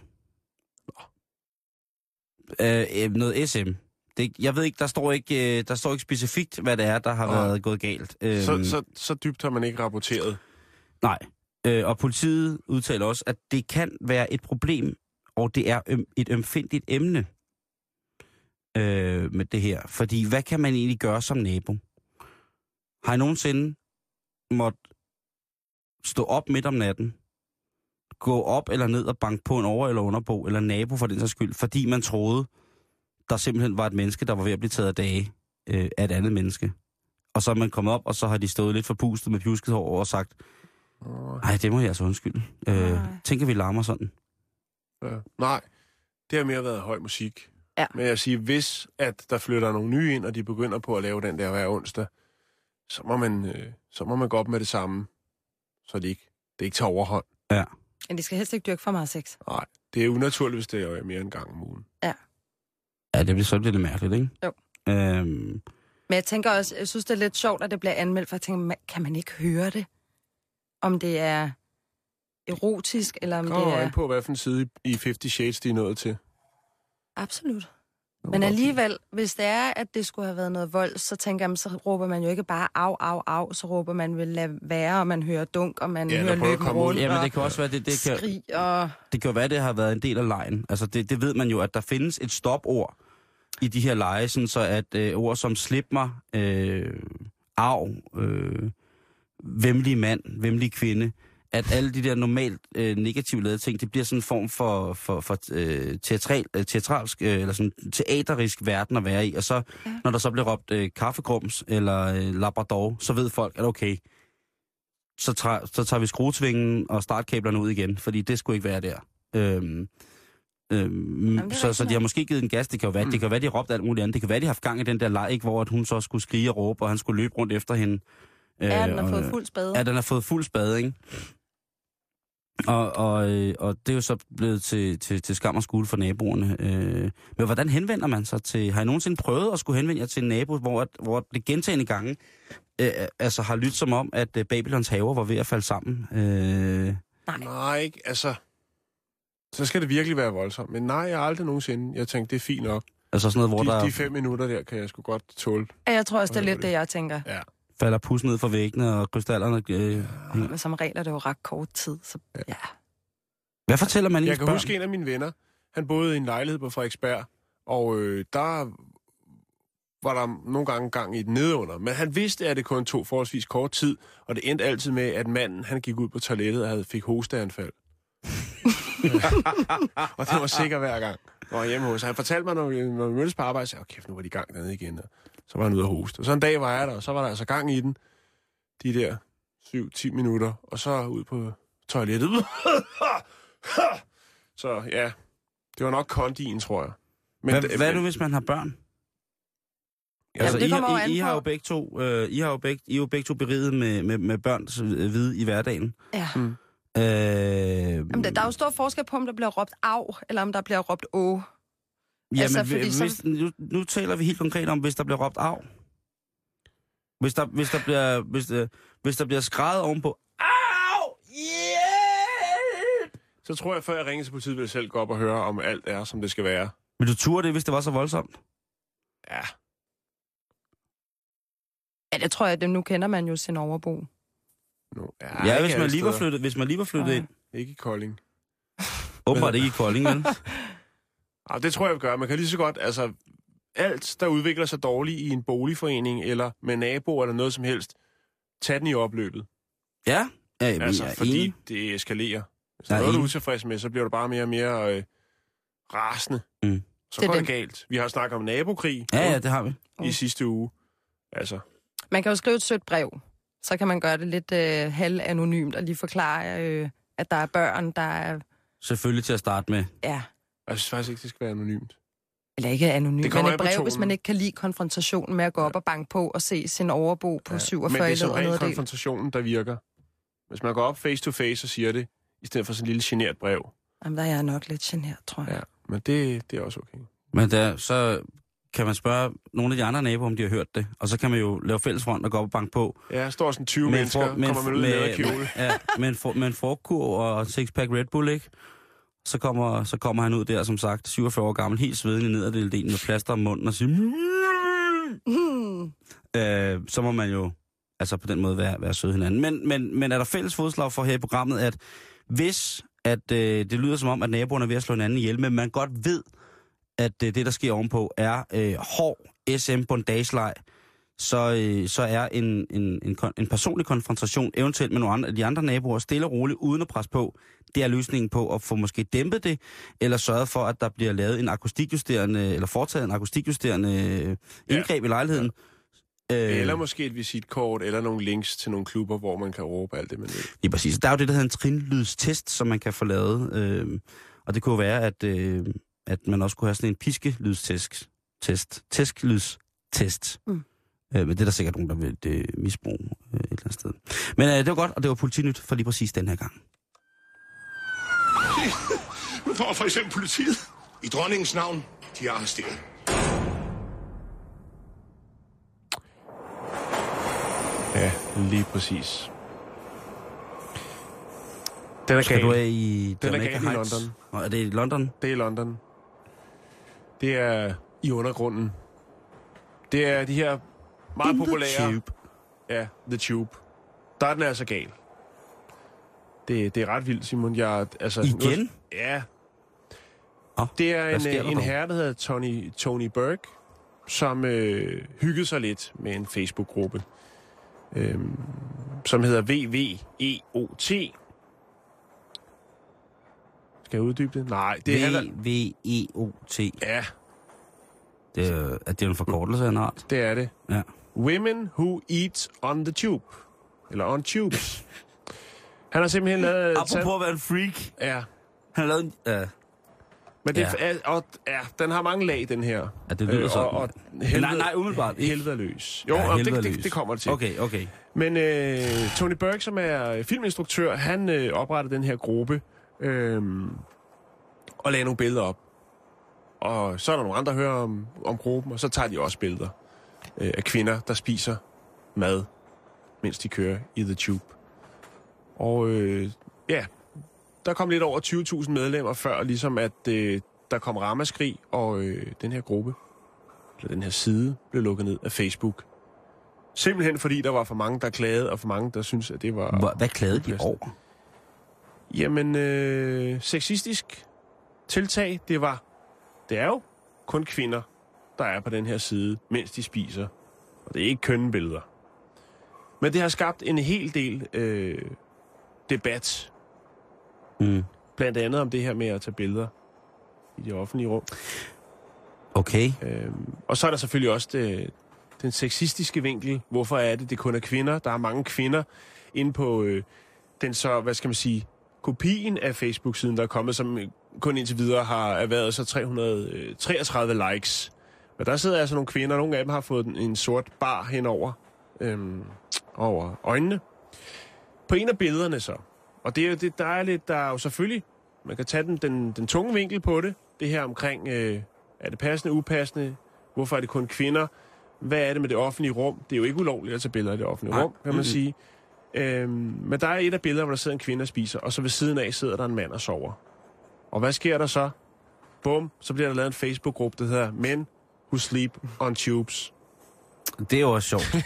Øh, noget S M. Det, jeg ved ikke, der står ikke, der står ikke specifikt, hvad det er, der har oh. været gået galt. Øh, så, så, så dybt har man ikke rapporteret? Nej. Øh, og politiet udtaler også, at det kan være et problem, og det er øm, et ømfindtligt emne øh, med det her. Fordi hvad kan man egentlig gøre som nabo? Har I nogensinde måtte stå op midt om natten, gå op eller ned og banke på en over- eller underbo, eller nabo for den sags skyld, fordi man troede, der simpelthen var et menneske, der var ved at blive taget af dage øh, af et andet menneske. Og så er man kommet op, og så har de stået lidt forpustet med pjusket hår og sagt, nej, det må jeg altså undskylde. Øh, tænker vi larmer sådan? Ja. Nej, det har mere været høj musik. Ja. Men jeg siger, hvis at der flytter nogle nye ind, og de begynder på at lave den der hver onsdag, så må man, øh, så må man gå op med det samme, så det ikke, det ikke tager overhånd. Ja. Men de skal helst ikke dyrke for meget sex. Nej, det er unaturligt, hvis det er mere end gang om ugen. Ja. Ja, det bliver så lidt mærkeligt, ikke? Jo. Øhm... Men jeg tænker også, jeg synes, det er lidt sjovt, at det bliver anmeldt, for jeg tænker, kan man ikke høre det? Om det er erotisk, eller om Kommer det er... Kom på, hvad for en side i Fifty Shades de er nået til. Absolut. Men alligevel, hvis det er, at det skulle have været noget vold, så tænker jeg, så råber man jo ikke bare af, af, af, så råber man vel lade være, og man hører dunk, og man ja, hører løben rundt, ja, men det kan også være, det, det kan, skrig, og... Det kan jo være, det har været en del af lejen. Altså, det, det ved man jo, at der findes et stopord i de her lege, sådan så at øh, ord som slip mig, øh, af, øh, vemlig mand, vemlig kvinde, at alle de der normalt øh, negativt lavede ting, det bliver sådan en form for, for, for øh, teatral, øh, teatralsk, øh, eller sådan teaterisk verden at være i. Og så, ja. Når der så bliver råbt øh, kaffegrums eller øh, labrador, så ved folk, at okay, så, træ, så tager vi skruetvingen og startkablerne ud igen, fordi det skulle ikke være der. Øhm, øhm, Jamen, så, så de har måske givet en gas. Det kan jo være, mm. det kan være de råbte alt muligt andet. Det kan være, de har haft gang i den der leg, hvor at hun så skulle skrige og råbe, og han skulle løbe rundt efter hende. Ja, den har øh, fået fuld spade. Ja, den har fået fuld spade, ikke? Og, og, og det er jo så blevet til, til, til skam og skuld for naboerne. Øh, men hvordan henvender man sig til... Har I nogensinde prøvet at skulle henvende jer til en nabo, hvor, hvor det gentagne gange øh, altså har lyttet som om, at øh, Babylons haver var ved at falde sammen? Øh... Nej. Nej, ikke. Altså, så skal det virkelig være voldsomt. Men nej, jeg har aldrig nogensinde. Jeg tænkte, det er fint nok. Altså sådan noget, hvor de, der... De fem minutter der kan jeg sgu godt tåle. Ja, jeg tror også, det er lidt det, jeg tænker. Ja. Falder pus ned fra væggene, og krystallerne... Øh... Ja, men som regel er det jo ret kort tid, så ja. ja. Hvad fortæller man ens Jeg kan børn? huske en af mine venner. Han boede i en lejlighed på Frederiksberg, og øh, der var der nogle gange gang i et nedunder. Men han vidste, at det kun tog forholdsvis kort tid, og det endte altid med, at manden han gik ud på toilettet og havde, fik hosteanfald. Og det var sikkert hver gang. Og var hjemme hos. Han fortalte mig, når vi, når vi mødtes på arbejde, så åh kæft, nu var de i gang dernede igen. Og så var han ude at hoste. Og så en dag var jeg der, og så var der altså gang i den. De der syv til ti minutter. Og så ud på toilettet. Så ja, det var nok kondien, tror jeg. Men hvad, hvad er nu, hvis man har børn? Altså, Jamen, det I, I, I, har jo begge to, øh, I har jo begge, I er jo begge to beriget med, med, med børns vide i hverdagen. Ja. Mm. Øh, Jamen, der, der er jo stor forskel på, om der bliver råbt af, eller om der bliver råbt å. Jamen, altså, fordi hvis, så... nu, nu taler vi helt konkret om, hvis der bliver råbt af. Hvis der, hvis der bliver, hvis, øh, hvis der bliver skreget ovenpå, au! Hjælp! Så tror jeg, før jeg ringer til politiet, vil jeg selv gå op og høre, om alt er, som det skal være. Vil du ture det, hvis det var så voldsomt? Ja. Ja, det tror jeg, at nu kender man jo sin overbo. No, ja, ja hvis, man lige var flyttet, hvis man lige var flyttet ja. ind. Ikke i Kolding. Åbenbart ikke i Kolding, vel? Ja, det tror jeg, vi gør. Man kan lige så godt, altså, alt, der udvikler sig dårligt i en boligforening, eller med naboer, eller noget som helst, tag den i opløbet. Ja, ja altså, er fordi enig. det eskalerer. Hvis der er noget, du er utilfreds med, så bliver du bare mere og mere øh, rasende. Mm. Så det går det, det galt. Vi har snakket om nabokrig. Ja, ja, det har vi. I sidste uge. Altså. Man kan jo skrive et sødt brev. Så kan man gøre det lidt øh, halv-anonymt og lige forklare, øh, at der er børn, der er... Selvfølgelig til at starte med. Ja. Jeg synes faktisk ikke, det skal være anonymt. Eller ikke anonymt, men et brev, hvis man ikke kan lide konfrontationen med at gå op og banke på og se sin overbo på ja. syvogfyrre eller noget. Men det er som rent konfrontationen, der virker. Hvis man går op face to face og siger det, i stedet for sådan en lille genert brev. Jamen, der er jeg nok lidt genert, tror jeg. Ja, men det, det er også okay. Men der, så kan man spørge nogle af de andre naboer, om de har hørt det. Og så kan man jo lave fællesfront og gå op og banke på. Ja, står sådan tyve mennesker, for, kommer man ud med, med kjole. Ja, med en, for, med en forkur og en six-pack Red Bull, ikke? Så kommer, så kommer han ud der, som sagt, syvogfyrre år gammel, helt svedende ned ad delen med plaster om munden og siger... Mm. Øh, så må man jo altså på den måde være, være søde hinanden. Men, men, men er der fælles fodslag for her i programmet, at hvis at, øh, det lyder som om, at naboerne er ved at slå hinanden ihjel, men man godt ved, at øh, det, der sker ovenpå, er øh, hård S M-bondageleg, så, øh, så er en, en, en, en personlig konfrontation, eventuelt med nogle andre, de andre naboer, stille og roligt, uden at presse på, det er løsningen på at få måske dæmpet det, eller sørget for, at der bliver lavet en akustikjusterende, eller foretaget en akustikjusterende indgreb ja. i lejligheden. Øh, eller måske et visitkort, eller nogle links til nogle klubber, hvor man kan råbe alt det, man ved. Ja, præcis. Der er jo det, der hedder en trinlydstest, som man kan få lavet. Øh, og det kunne være, at, øh, at man også kunne have sådan en piskelydstest. Test. Tæsklydstest. Mm. Øh, men det er der sikkert nogen, der vil det misbruge øh, et eller andet sted. Men øh, det var godt, og det var Politinyt for lige præcis den her gang. For for eksempel politiet. I dronningens navn, de er arresteret. Ja, lige præcis. Den er Skal gal. du af i Den er gal i London. Nå, er det i London? Det er i London. Det er i undergrunden. Det er de her meget In populære... Tube. Ja, The Tube. Der er den altså gal. Det, det er ret vildt, Simon. Jeg, altså, Igen? Nu, ja. Oh, det er en, en herre, der hedder Tony, Tony Burke, som øh, hyggede sig lidt med en Facebook-gruppe, øh, som hedder V V E O T. Skal jeg uddybe det? Nej, det er... V V E O T. Ja. Det er, er det en forkortelse af en art? Det er det. Ja. Women who eat on the tube. eller on tubes. Han har simpelthen lavet... Apropos at være en freak. Ja. Han har lavet en... Uh, Men det ja. er, og, ja, den har mange lag, den her. Ja, det lyder sådan. Og, og helvede, nej, nej, umiddelbart. Helvede løs. Jo, ja, og helvede det, løs. det, det kommer til. Okay, okay. Men øh, Tony Burke, som er filminstruktør, han øh, oprettede den her gruppe øh, og lagde nogle billeder op. Og så er der nogle andre, der hører om, om gruppen, og så tager de også billeder øh, af kvinder, der spiser mad, mens de kører i The Tube. Og øh, ja, der kom lidt over tyve tusind medlemmer før, ligesom at øh, der kom ramaskrig, og øh, den her gruppe, eller den her side, blev lukket ned af Facebook. Simpelthen fordi der var for mange, der klagede, og for mange, der syntes, at det var... Hvad, hvad klagede de over? Jamen, øh, sexistisk tiltag, det var... Det er jo kun kvinder, der er på den her side, mens de spiser. Og det er ikke kønne billeder. Men det har skabt en hel del øh, debat. Mm. Blandt andet om det her med at tage billeder i det offentlige rum. Okay. Øhm, og så er der selvfølgelig også det, den sexistiske vinkel. Hvorfor er det, det kun er kvinder? Der er mange kvinder inde på øh, den så, hvad skal man sige, kopien af Facebook-siden, der er kommet, som kun indtil videre har erhvervet så tre hundrede og treogtredive likes. Men der sidder altså nogle kvinder, nogle af dem har fået en sort bar henover øhm, over øjnene. På en af billederne så. Og det er jo det, der er lidt, der er jo selvfølgelig, man kan tage den, den, den tunge vinkel på det, det her omkring, øh, er det passende, upassende, hvorfor er det kun kvinder, hvad er det med det offentlige rum, det er jo ikke ulovligt at tage billeder i det offentlige rum, kan man mm-hmm. sige. Øhm, men der er et af billeder, hvor der sidder en kvinde og spiser, og så ved siden af sidder der en mand og sover. Og hvad sker der så? Bum, så bliver der lavet en Facebook-gruppe, der hedder Men Who Sleep on Tubes. Det er jo også sjovt.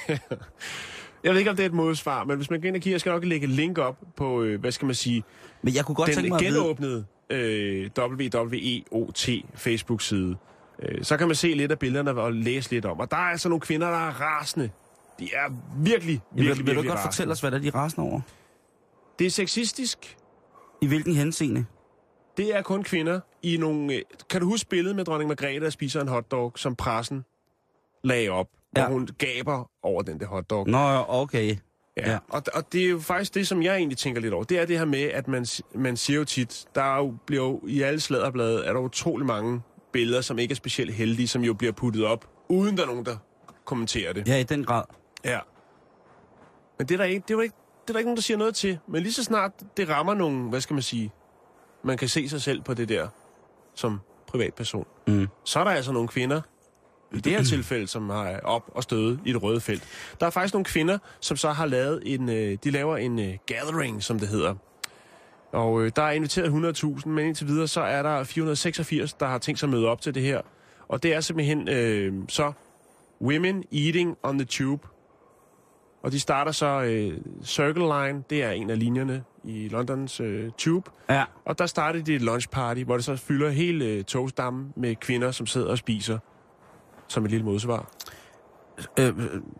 Jeg ved ikke, om det er et modsvar, men hvis man går ind og kigger, jeg skal nok lægge et link op på, øh, hvad skal man sige, men jeg kunne godt tænke den mig genåbnede øh, W W E O T Facebook-side. Øh, så kan man se lidt af billederne og læse lidt om. Og der er altså nogle kvinder, der er rasende. De er virkelig, virkelig, vil, vil virkelig du godt rasende. fortælle os, hvad der er de rasende over? Det er sexistisk. I hvilken henseende? Det er kun kvinder i nogle... Øh, kan du huske billedet med dronning Margrethe, der spiser en hotdog, som pressen lagde op, ja. Hvor hun gaber over den der hotdog? Nå, okay. Ja, ja. Og, og det er jo faktisk det, som jeg egentlig tænker lidt over. Det er det her med, at man, man siger jo tit, der er jo, bliver jo i alle sladderblade, er der utrolig mange billeder, som ikke er specielt heldige, som jo bliver puttet op, uden der er nogen, der kommenterer det. Ja, i den grad. Ja. Men det er der ikke, det er der ikke, det er der ikke nogen, der siger noget til. Men lige så snart det rammer nogen, hvad skal man sige, man kan se sig selv på det der, som privatperson, mm. så er der altså nogle kvinder, i det her tilfælde, som har op og støde i det røde felt. Der er faktisk nogle kvinder, som så har lavet en, øh, de laver en øh, gathering, som det hedder. Og øh, der er inviteret hundrede tusind, men indtil videre, så er der fire hundrede og seksogfirs, der har tænkt sig at møde op til det her. Og det er simpelthen øh, så Women Eating on the Tube. Og de starter så øh, Circle Line, det er en af linjerne i Londons øh, Tube. Ja. Og der starter de et lunch party, hvor det så fylder hele øh, togstammen med kvinder, som sidder og spiser. Som et lille modsvar. Øh,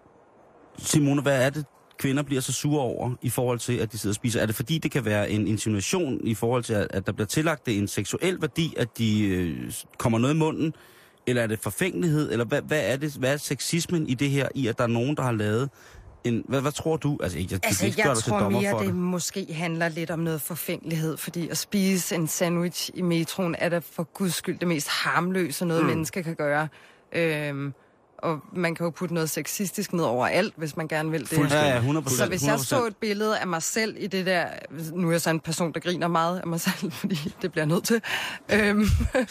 Simone, hvad er det, kvinder bliver så sure over i forhold til, at de sidder og spiser? Er det fordi, det kan være en insinuation i forhold til, at der bliver tillagt det en seksuel værdi, at de øh, kommer noget i munden? Eller er det forfængelighed? Eller hvad, hvad er det? Hvad er sexismen i det her, i at der er nogen, der har lavet en... Hvad, hvad tror du? Altså, jeg, altså, ikke jeg til tror mere, det. det måske handler lidt om noget forfængelighed, fordi at spise en sandwich i metroen er da for guds skyld det mest harmløse, noget mm. mennesker kan gøre. Øhm, og man kan jo putte noget sexistisk ned over alt, hvis man gerne vil det. Ja, ja, hundrede procent. Så hvis jeg så et billede af mig selv i det der... Nu er jeg så en person, der griner meget af mig selv, fordi det bliver nødt til. Øhm,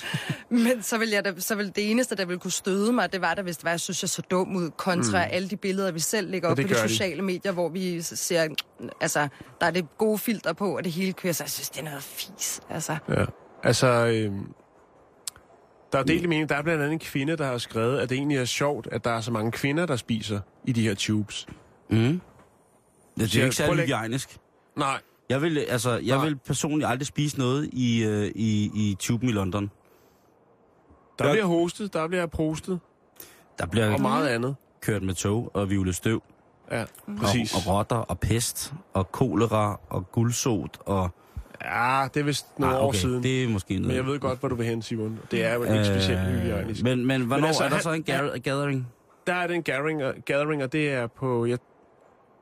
men så vil, jeg da, så vil det eneste, der ville kunne støde mig, det var da, hvis det var, jeg synes, jeg så dum ud, kontra mm. alle de billeder, vi selv lægger op på de sociale de. medier, hvor vi ser... Altså, der er det gode filter på, og det hele kører, så jeg synes, det er noget fis. Altså, ja. altså øh... Der er delt i mening. Der er blandt andet en kvinde, der har skrevet, at det egentlig er sjovt, at der er så mange kvinder, der spiser i de her tubes. Mm. Det, det er jo ikke særlig hygiejnisk. Nej. Jeg vil, altså, jeg Nej. vil personligt aldrig spise noget i, øh, i, i tuben i London. Der, der bliver hostet, der bliver prostet. Der bliver og meget andet. Kørt med tog og vivlet støv. Ja, præcis. Og, og rotter og pest og kolera og guldsot og... Ja, det er vist nogle ah, okay. år siden. Det er måske noget. Men jeg ved godt, hvor du vil hen, Simon. Det er jo ikke øh, specielt hygiejnisk. Men, men hvornår men altså, er der så en ga- gathering? Der er den gathering, gathering, og det er på... Jeg,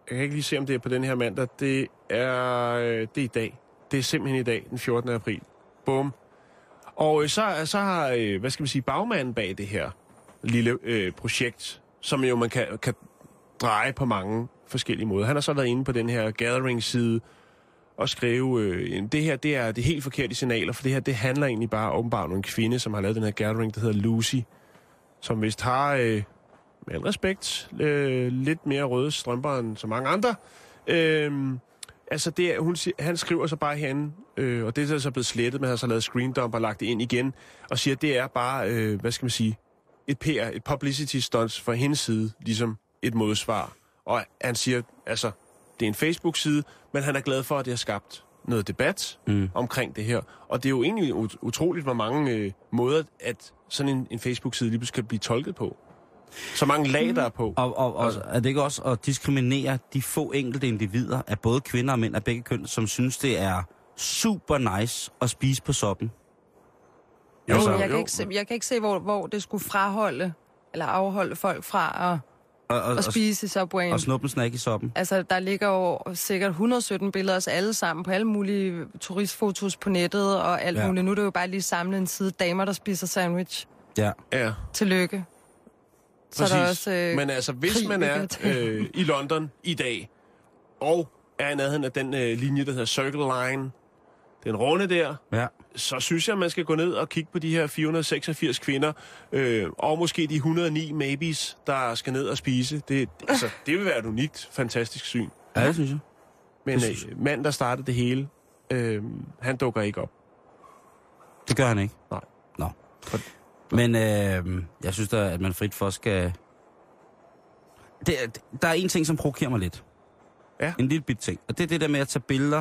Jeg kan ikke lige se, om det er på den her mandag. Det er, øh, det er i dag. Det er simpelthen i dag, den fjortende april. Bum. Og øh, så, så har, øh, hvad skal man sige, bagmanden bag det her lille øh, projekt, som jo man kan, kan dreje på mange forskellige måder. Han har så været inde på den her gathering-side og skrive, øh, det her det er det helt forkerte signaler, for det her det handler egentlig bare åbenbart om en kvinde, som har lavet den her gathering, der hedder Lucy, som vist har, øh, med respekt, øh, lidt mere røde strømper end så mange andre. Øh, altså, det er, hun, han skriver så bare herinde, øh, og det er så blevet slettet, men han har så lavet screendump og lagt det ind igen, og siger, at det er bare, øh, hvad skal man sige, et P R, et publicity stunt fra hendes side, ligesom et modsvar. Og han siger, altså, det er en Facebook-side, men han er glad for, at det har skabt noget debat mm. omkring det her. Og det er jo egentlig ut- utroligt, hvor mange øh, måder, at sådan en, en Facebook-side lige pludselig kan blive tolket på. Så mange lag, der er på. Og, og, og er det ikke også at diskriminere de få enkelte individer af både kvinder og mænd af begge køn, som synes, det er super nice at spise på soppen? Jo, altså, jeg, kan ikke se, jeg kan ikke se, hvor, hvor det skulle fraholde eller afholde folk fra at, og, og, at spise i Subwayen. Og snuppe en snack i soppen. Altså, der ligger jo sikkert et hundrede og sytten billeder af os alle sammen på alle mulige turistfotos på nettet og alt ja. muligt. Nu er det jo bare lige samlet en side damer, der spiser sandwich. Ja. ja. Tillykke. Så præcis. Er der også, øh, men altså, hvis krig, man er øh, i London i dag, og er i nærheden af den øh, linje, der hedder Circle Line, den runde der, ja. så synes jeg, man skal gå ned og kigge på de her fire hundrede og seksogfirs kvinder, øh, og måske de et hundrede og ni maybes, der skal ned og spise. Det, altså, det vil være et unikt, fantastisk syn. Ja, det synes jeg. Men øh, manden, der startede det hele, øh, han dukker ikke op. Det gør han ikke? Nej. Nå. For... Men øh, jeg synes da, at man frit for skal... Det, der er en ting, som provokerer mig lidt. Ja. En lille bit ting. Og det er det der med at tage billeder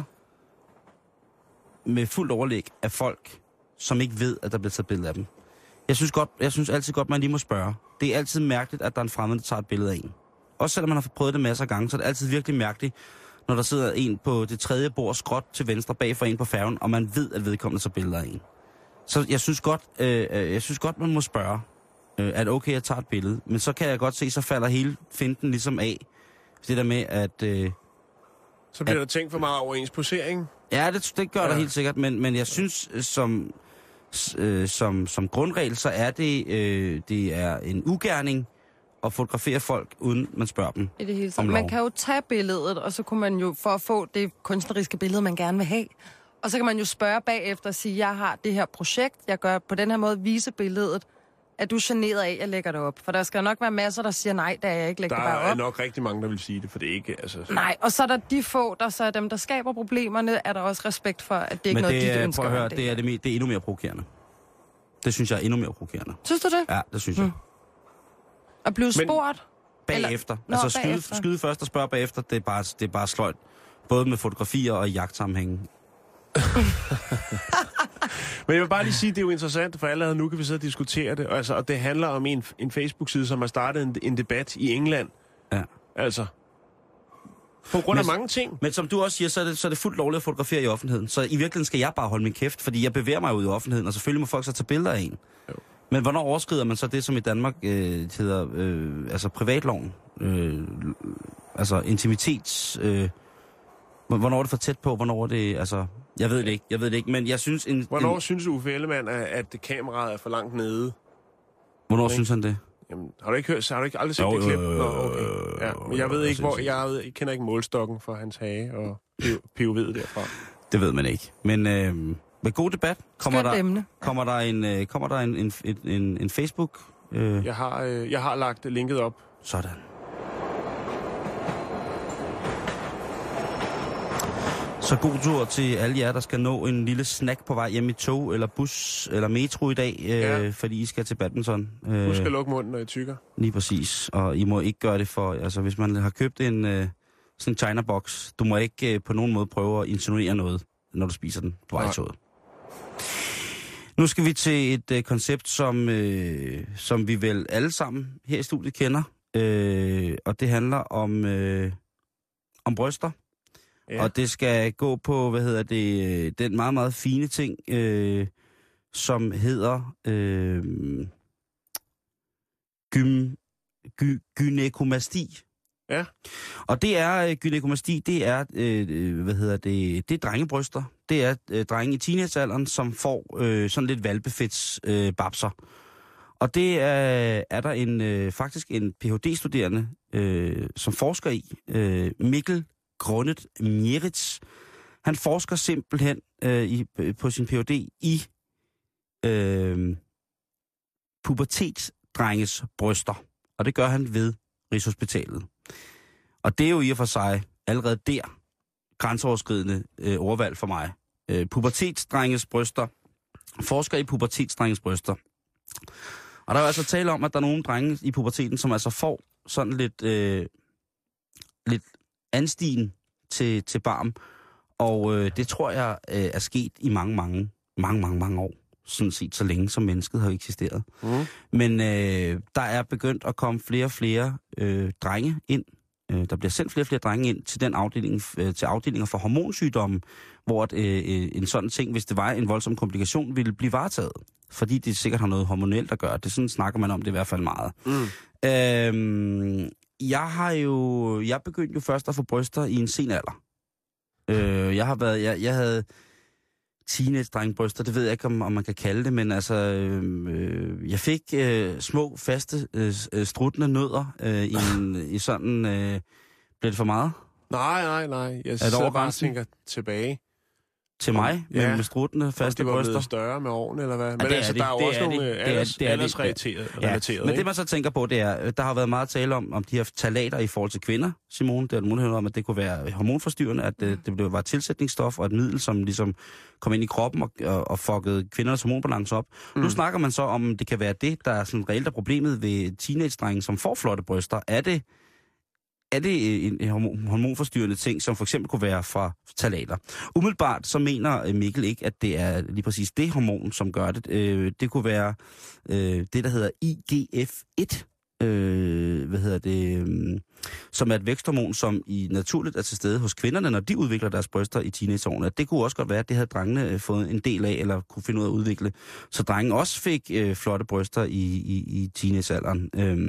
med fuldt overlæg af folk, som ikke ved, at der bliver taget billeder af dem. Jeg synes, godt, jeg synes altid godt, man lige må spørge. Det er altid mærkeligt, at der er en fremmed, der tager et billede af en. Også selvom man har prøvet det masser af gange, så er det altid virkelig mærkeligt, når der sidder en på det tredje bord skråt til venstre bag for en på færgen, og man ved, at vedkommende tager billeder af en. Så jeg synes godt, øh, jeg synes godt man må spørge, øh, at okay, jeg tager et billede. Men så kan jeg godt se, så falder hele finten ligesom af. Det der med, at... Øh, så bliver at, der tænkt for meget over ens posering. Ja, det, det gør ja. der helt sikkert, men, men jeg synes, som, øh, som, som grundregel, så er det, øh, det er en ugerning at fotografere folk, uden man spørger dem i det hele taget. Man kan jo tage billedet, og så kunne man jo, for at få det kunstneriske billede, man gerne vil have, og så kan man jo spørge bagefter og sige, jeg har det her projekt, jeg gør på den her måde, vise billedet. Er du generet af, at jeg lægger det op? For der skal nok være masser, der siger nej, da jeg ikke lægger det bare op. Der er nok rigtig mange, der vil sige det, for det er ikke... Altså... Nej, og så er der de få, der så er dem, der skaber problemerne, er der også respekt for, at det ikke er noget, det, de ønsker. Men det, det er det, det er endnu mere provokerende. Det synes jeg er endnu mere provokerende. Synes du det? Ja, det synes jeg. Hmm. At blive spurgt? Bagefter. Eller... Altså skyde, skyde først og spørge bagefter, det er bare, det er bare sløjt. Både med fotografier og jagtsammenhængen. Men jeg vil bare lige sige, det er jo interessant, for allerede nu kan vi sidde og diskutere det. Altså, og det handler om en, en Facebook-side, som har startet en, en debat i England. Ja. Altså, på grund men, af mange ting. Men som du også siger, så er, det, så er det fuldt lovligt at fotografere i offentligheden. Så i virkeligheden skal jeg bare holde min kæft, fordi jeg bevæger mig ud i offentligheden, og selvfølgelig må folk så tage billeder af en. Jo. Men hvornår overskrider man så det, som i Danmark øh, hedder øh, altså privatloven? Øh, altså intimitets... Øh, hvornår er det for tæt på? Hvornår er det... Altså, jeg ved det ikke, jeg ved det ikke, men jeg synes... En, hvornår en, synes Uffe Ellemann, at, at kameraet er for langt nede? Hvornår synes han det? Jamen, har du ikke hørt, så har du ikke aldrig set jo, det klip? Nå, okay. Ja, men jeg ved ikke, hvor... Jeg, ved, jeg kender ikke målstokken for hans hage og P O V'et derfra. Det ved man ikke. Men øh, med god debat kommer Skønt der, emne. kommer der en, øh, kommer der en, en, en, en Facebook... Øh... Jeg, har, øh, jeg har lagt linket op. Sådan. Så god tur til alle jer, der skal nå en lille snack på vej hjem i tog, eller bus, eller metro i dag, øh, ja. fordi I skal til badminton. Øh, Husk at lukke munden, når I tykker. Lige præcis, og I må ikke gøre det for... Altså, hvis man har købt en øh, sådan en China-box, du må ikke øh, på nogen måde prøve at insinuere noget, når du spiser den på vej i toget. Nu skal vi til et øh, koncept, som, øh, som vi vel alle sammen her i studiet kender, øh, og det handler om, øh, om bryster. Ja. Og det skal gå på, hvad hedder det, den meget, meget fine ting, øh, som hedder øh, gym, gy, gynekomasti. Ja. Og det er øh, gynekomasti, det er, øh, hvad hedder det, det er drengebryster. Det er øh, drenge i teenagealderen, som får øh, sådan lidt valbefeds øh, babser. Og det er, er der en øh, faktisk en P H D-studerende, øh, som forsker i, øh, Mikkel Grundet Mieritz. Han forsker simpelthen øh, i, på sin P H D i øh, pubertetsdrenges bryster. Og det gør han ved Rigshospitalet. Og det er jo i og for sig allerede der grænseoverskridende øh, ordvalg for mig. Øh, pubertetsdrenges bryster. Forsker i pubertetsdrenges bryster. Og der er jo altså tale om, at der er nogle drenge i puberteten, som altså får sådan lidt, øh, lidt anstigen til, til barm. Og øh, det tror jeg øh, er sket i mange, mange, mange, mange, mange år. Sådan set så længe, som mennesket har eksisteret. Mm. Men øh, der er begyndt at komme flere og flere øh, drenge ind. Øh, der bliver sendt flere og flere drenge ind til den afdeling, øh, til afdelinger for hormonsygdomme, hvor at, øh, en sådan ting, hvis det var en voldsom komplikation, ville blive varetaget. Fordi det sikkert har noget hormonelt at gøre. Det sådan snakker man om det i hvert fald meget. Mm. Øh, jeg har jo, jeg begyndte jo først at få bryster i en sen alder. Øh, jeg har været, jeg, jeg havde teenage-drengbryster, det ved jeg ikke, om, om man kan kalde det, men altså, øh, jeg fik øh, små, faste, øh, struttende nødder øh, i, en, i sådan, øh, blev det for meget? Nej, nej, nej. Jeg sidder bare og tænker tilbage. Til mig, med, ja. med struttende, faste de var bryster. blevet større med årene, eller hvad? Men ja, altså, det, der er jo det også er nogle aldersrelaterede. Ja, men ikke? Det man så tænker på, det er, der har været meget tale om, om de her talater i forhold til kvinder, Simone. Der er mulighed om, at det kunne være hormonforstyrrende, at det, det blev, var et tilsætningsstof og et middel, som ligesom kom ind i kroppen og, og, og fuckede kvindernes hormonbalance op. Mm. Nu snakker man så om, det kan være det, der er sådan reelt er problemet ved teenage-drenge, som får flotte bryster. Er det Er det en hormonforstyrrende ting, som for eksempel kunne være fra talater? Umiddelbart så mener Mikkel ikke, at det er lige præcis det hormon, som gør det. Det kunne være det, der hedder I G F et, hvad hedder det, som er et væksthormon, som i naturligt er til stede hos kvinderne, når de udvikler deres bryster i teenageårene. Det kunne også godt være, at det havde drengene fået en del af, eller kunne finde ud af at udvikle. Så drenge også fik flotte bryster i, i, i teenagealderen.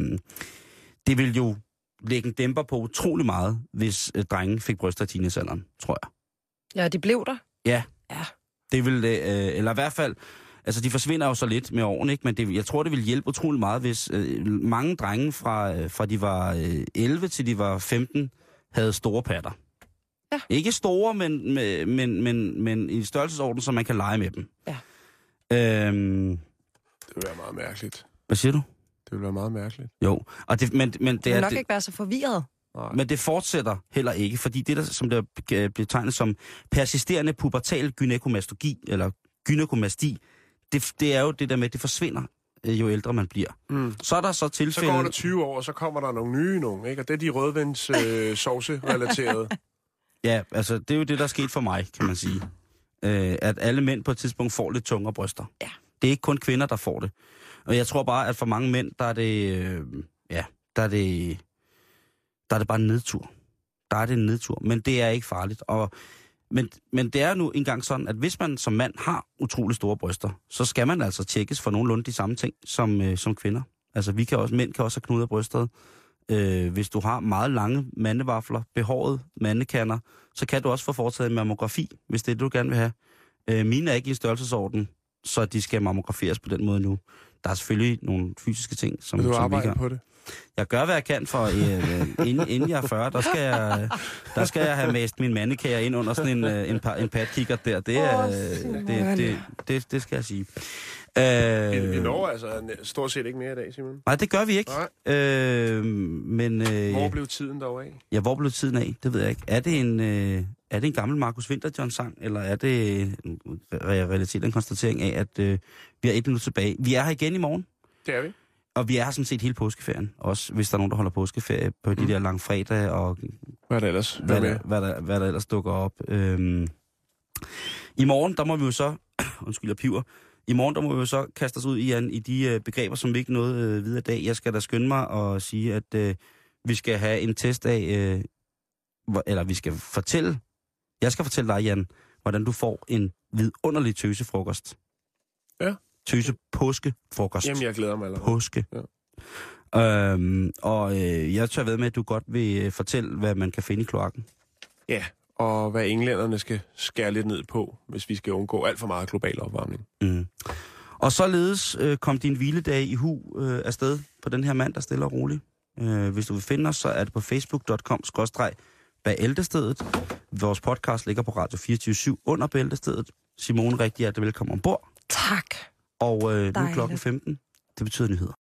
Det vil jo lægge en dæmper på utrolig meget, hvis øh, drenge fik bryster i teenagealderen, tror jeg. Ja, de blev der. Ja. Ja. Det vil, øh, eller i hvert fald, altså de forsvinder jo så lidt med årene, ikke? Men det, jeg tror, det vil hjælpe utrolig meget, hvis øh, mange drenge fra, øh, fra de var øh, elleve til de var femten, havde store patter. Ja. Ikke store, men, men, men, men i størrelsesorden, så man kan lege med dem. Ja. Øhm, det vil være meget mærkeligt. Hvad siger du? Det vil være meget mærkeligt. Jo, og det, men, men det, det vil er nok det, ikke være så forvirret. Nej. Men det fortsætter heller ikke, fordi det, der, som der bliver betegnet som persisterende pubertal gynekomastologi, eller gynekomasti, det, det er jo det der med, at det forsvinder, jo ældre man bliver. Mm. Så er der så tilfælde... Så går der tyve år, og så kommer der nogle nye nogen, ikke? Og det er de rødvins øh, sovse-relaterede. Ja, altså det er jo det, der er sket for mig, kan man sige. Øh, at alle mænd på et tidspunkt får lidt tungere bryster. Ja. Det er ikke kun kvinder, der får det. Og jeg tror bare, at for mange mænd, der er det, øh, ja, der er det, der er det bare en nedtur. Der er det en nedtur, men det er ikke farligt. Og, men, men det er nu engang sådan, at hvis man som mand har utrolig store bryster, så skal man altså tjekkes for nogenlunde de samme ting som, øh, som kvinder. Altså vi kan også, mænd kan også have knuder brystet. Øh, hvis du har meget lange mandevafler, behåret mandekander, så kan du også få foretaget en mammografi, hvis det er det, du gerne vil have. Øh, mine er ikke i størrelsesorden, så de skal mammograferes på den måde nu. Der er selvfølgelig nogle fysiske ting, som, du som vi arbejder på det? Jeg gør, hvad jeg kan for, øh, inden, inden jeg er fyrre, der skal jeg, der skal jeg have mast min mandekager ind under sådan en, en, en padkikker der. Det, er, det, det, det, det skal jeg sige. Øh, vi når altså stort set ikke mere i dag, Simon. Nej, det gør vi ikke. Øh, men, øh, hvor blev tiden dog af? Ja, hvor blev tiden af? Det ved jeg ikke. Er det en, øh, er det en gammel Markus Winterjohn-sang, eller er det en realitet, en konstatering af, at øh, vi har et minut tilbage? Vi er her igen i morgen. Det er vi. Og vi er her sådan set hele påskeferien. Også hvis der er nogen, der holder påskeferie på mm. de der lange fredag og... Hvad der ellers? Hvad, hvad, hvad, der, hvad der ellers dukker op. Øhm, I morgen, der må vi jo så... undskyld, jeg piver. I morgen, der må vi jo så kaste os ud i, i de uh, begreber, som vi ikke nåede uh, videre i dag. Jeg skal da skynde mig og sige, at uh, vi skal have en test af... Uh, hvor, eller vi skal fortælle... Jeg skal fortælle dig, Jan, hvordan du får en vidunderlig tøsefrokost. Ja. Tøse påskefrokost. Jamen, jeg glæder mig allerede. Påske. Ja. Øhm, og øh, jeg tør ved med, at du godt vil øh, fortælle, hvad man kan finde i kloakken. Ja, og hvad englænderne skal skære lidt ned på, hvis vi skal undgå alt for meget global opvarmning. Mm. Og således øh, kom din hviledag i hu øh, afsted på den her mandag stille og roligt. Øh, hvis du vil finde os, så er det på facebook punktum com skråstreg bæltestedet. Vores podcast ligger på Radio fireogtyve syv under Bæltestedet. Simone, rigtig hjertelig velkommen ombord. Tak. Og øh, nu er Dejligt. klokken femten. Det betyder nyheder.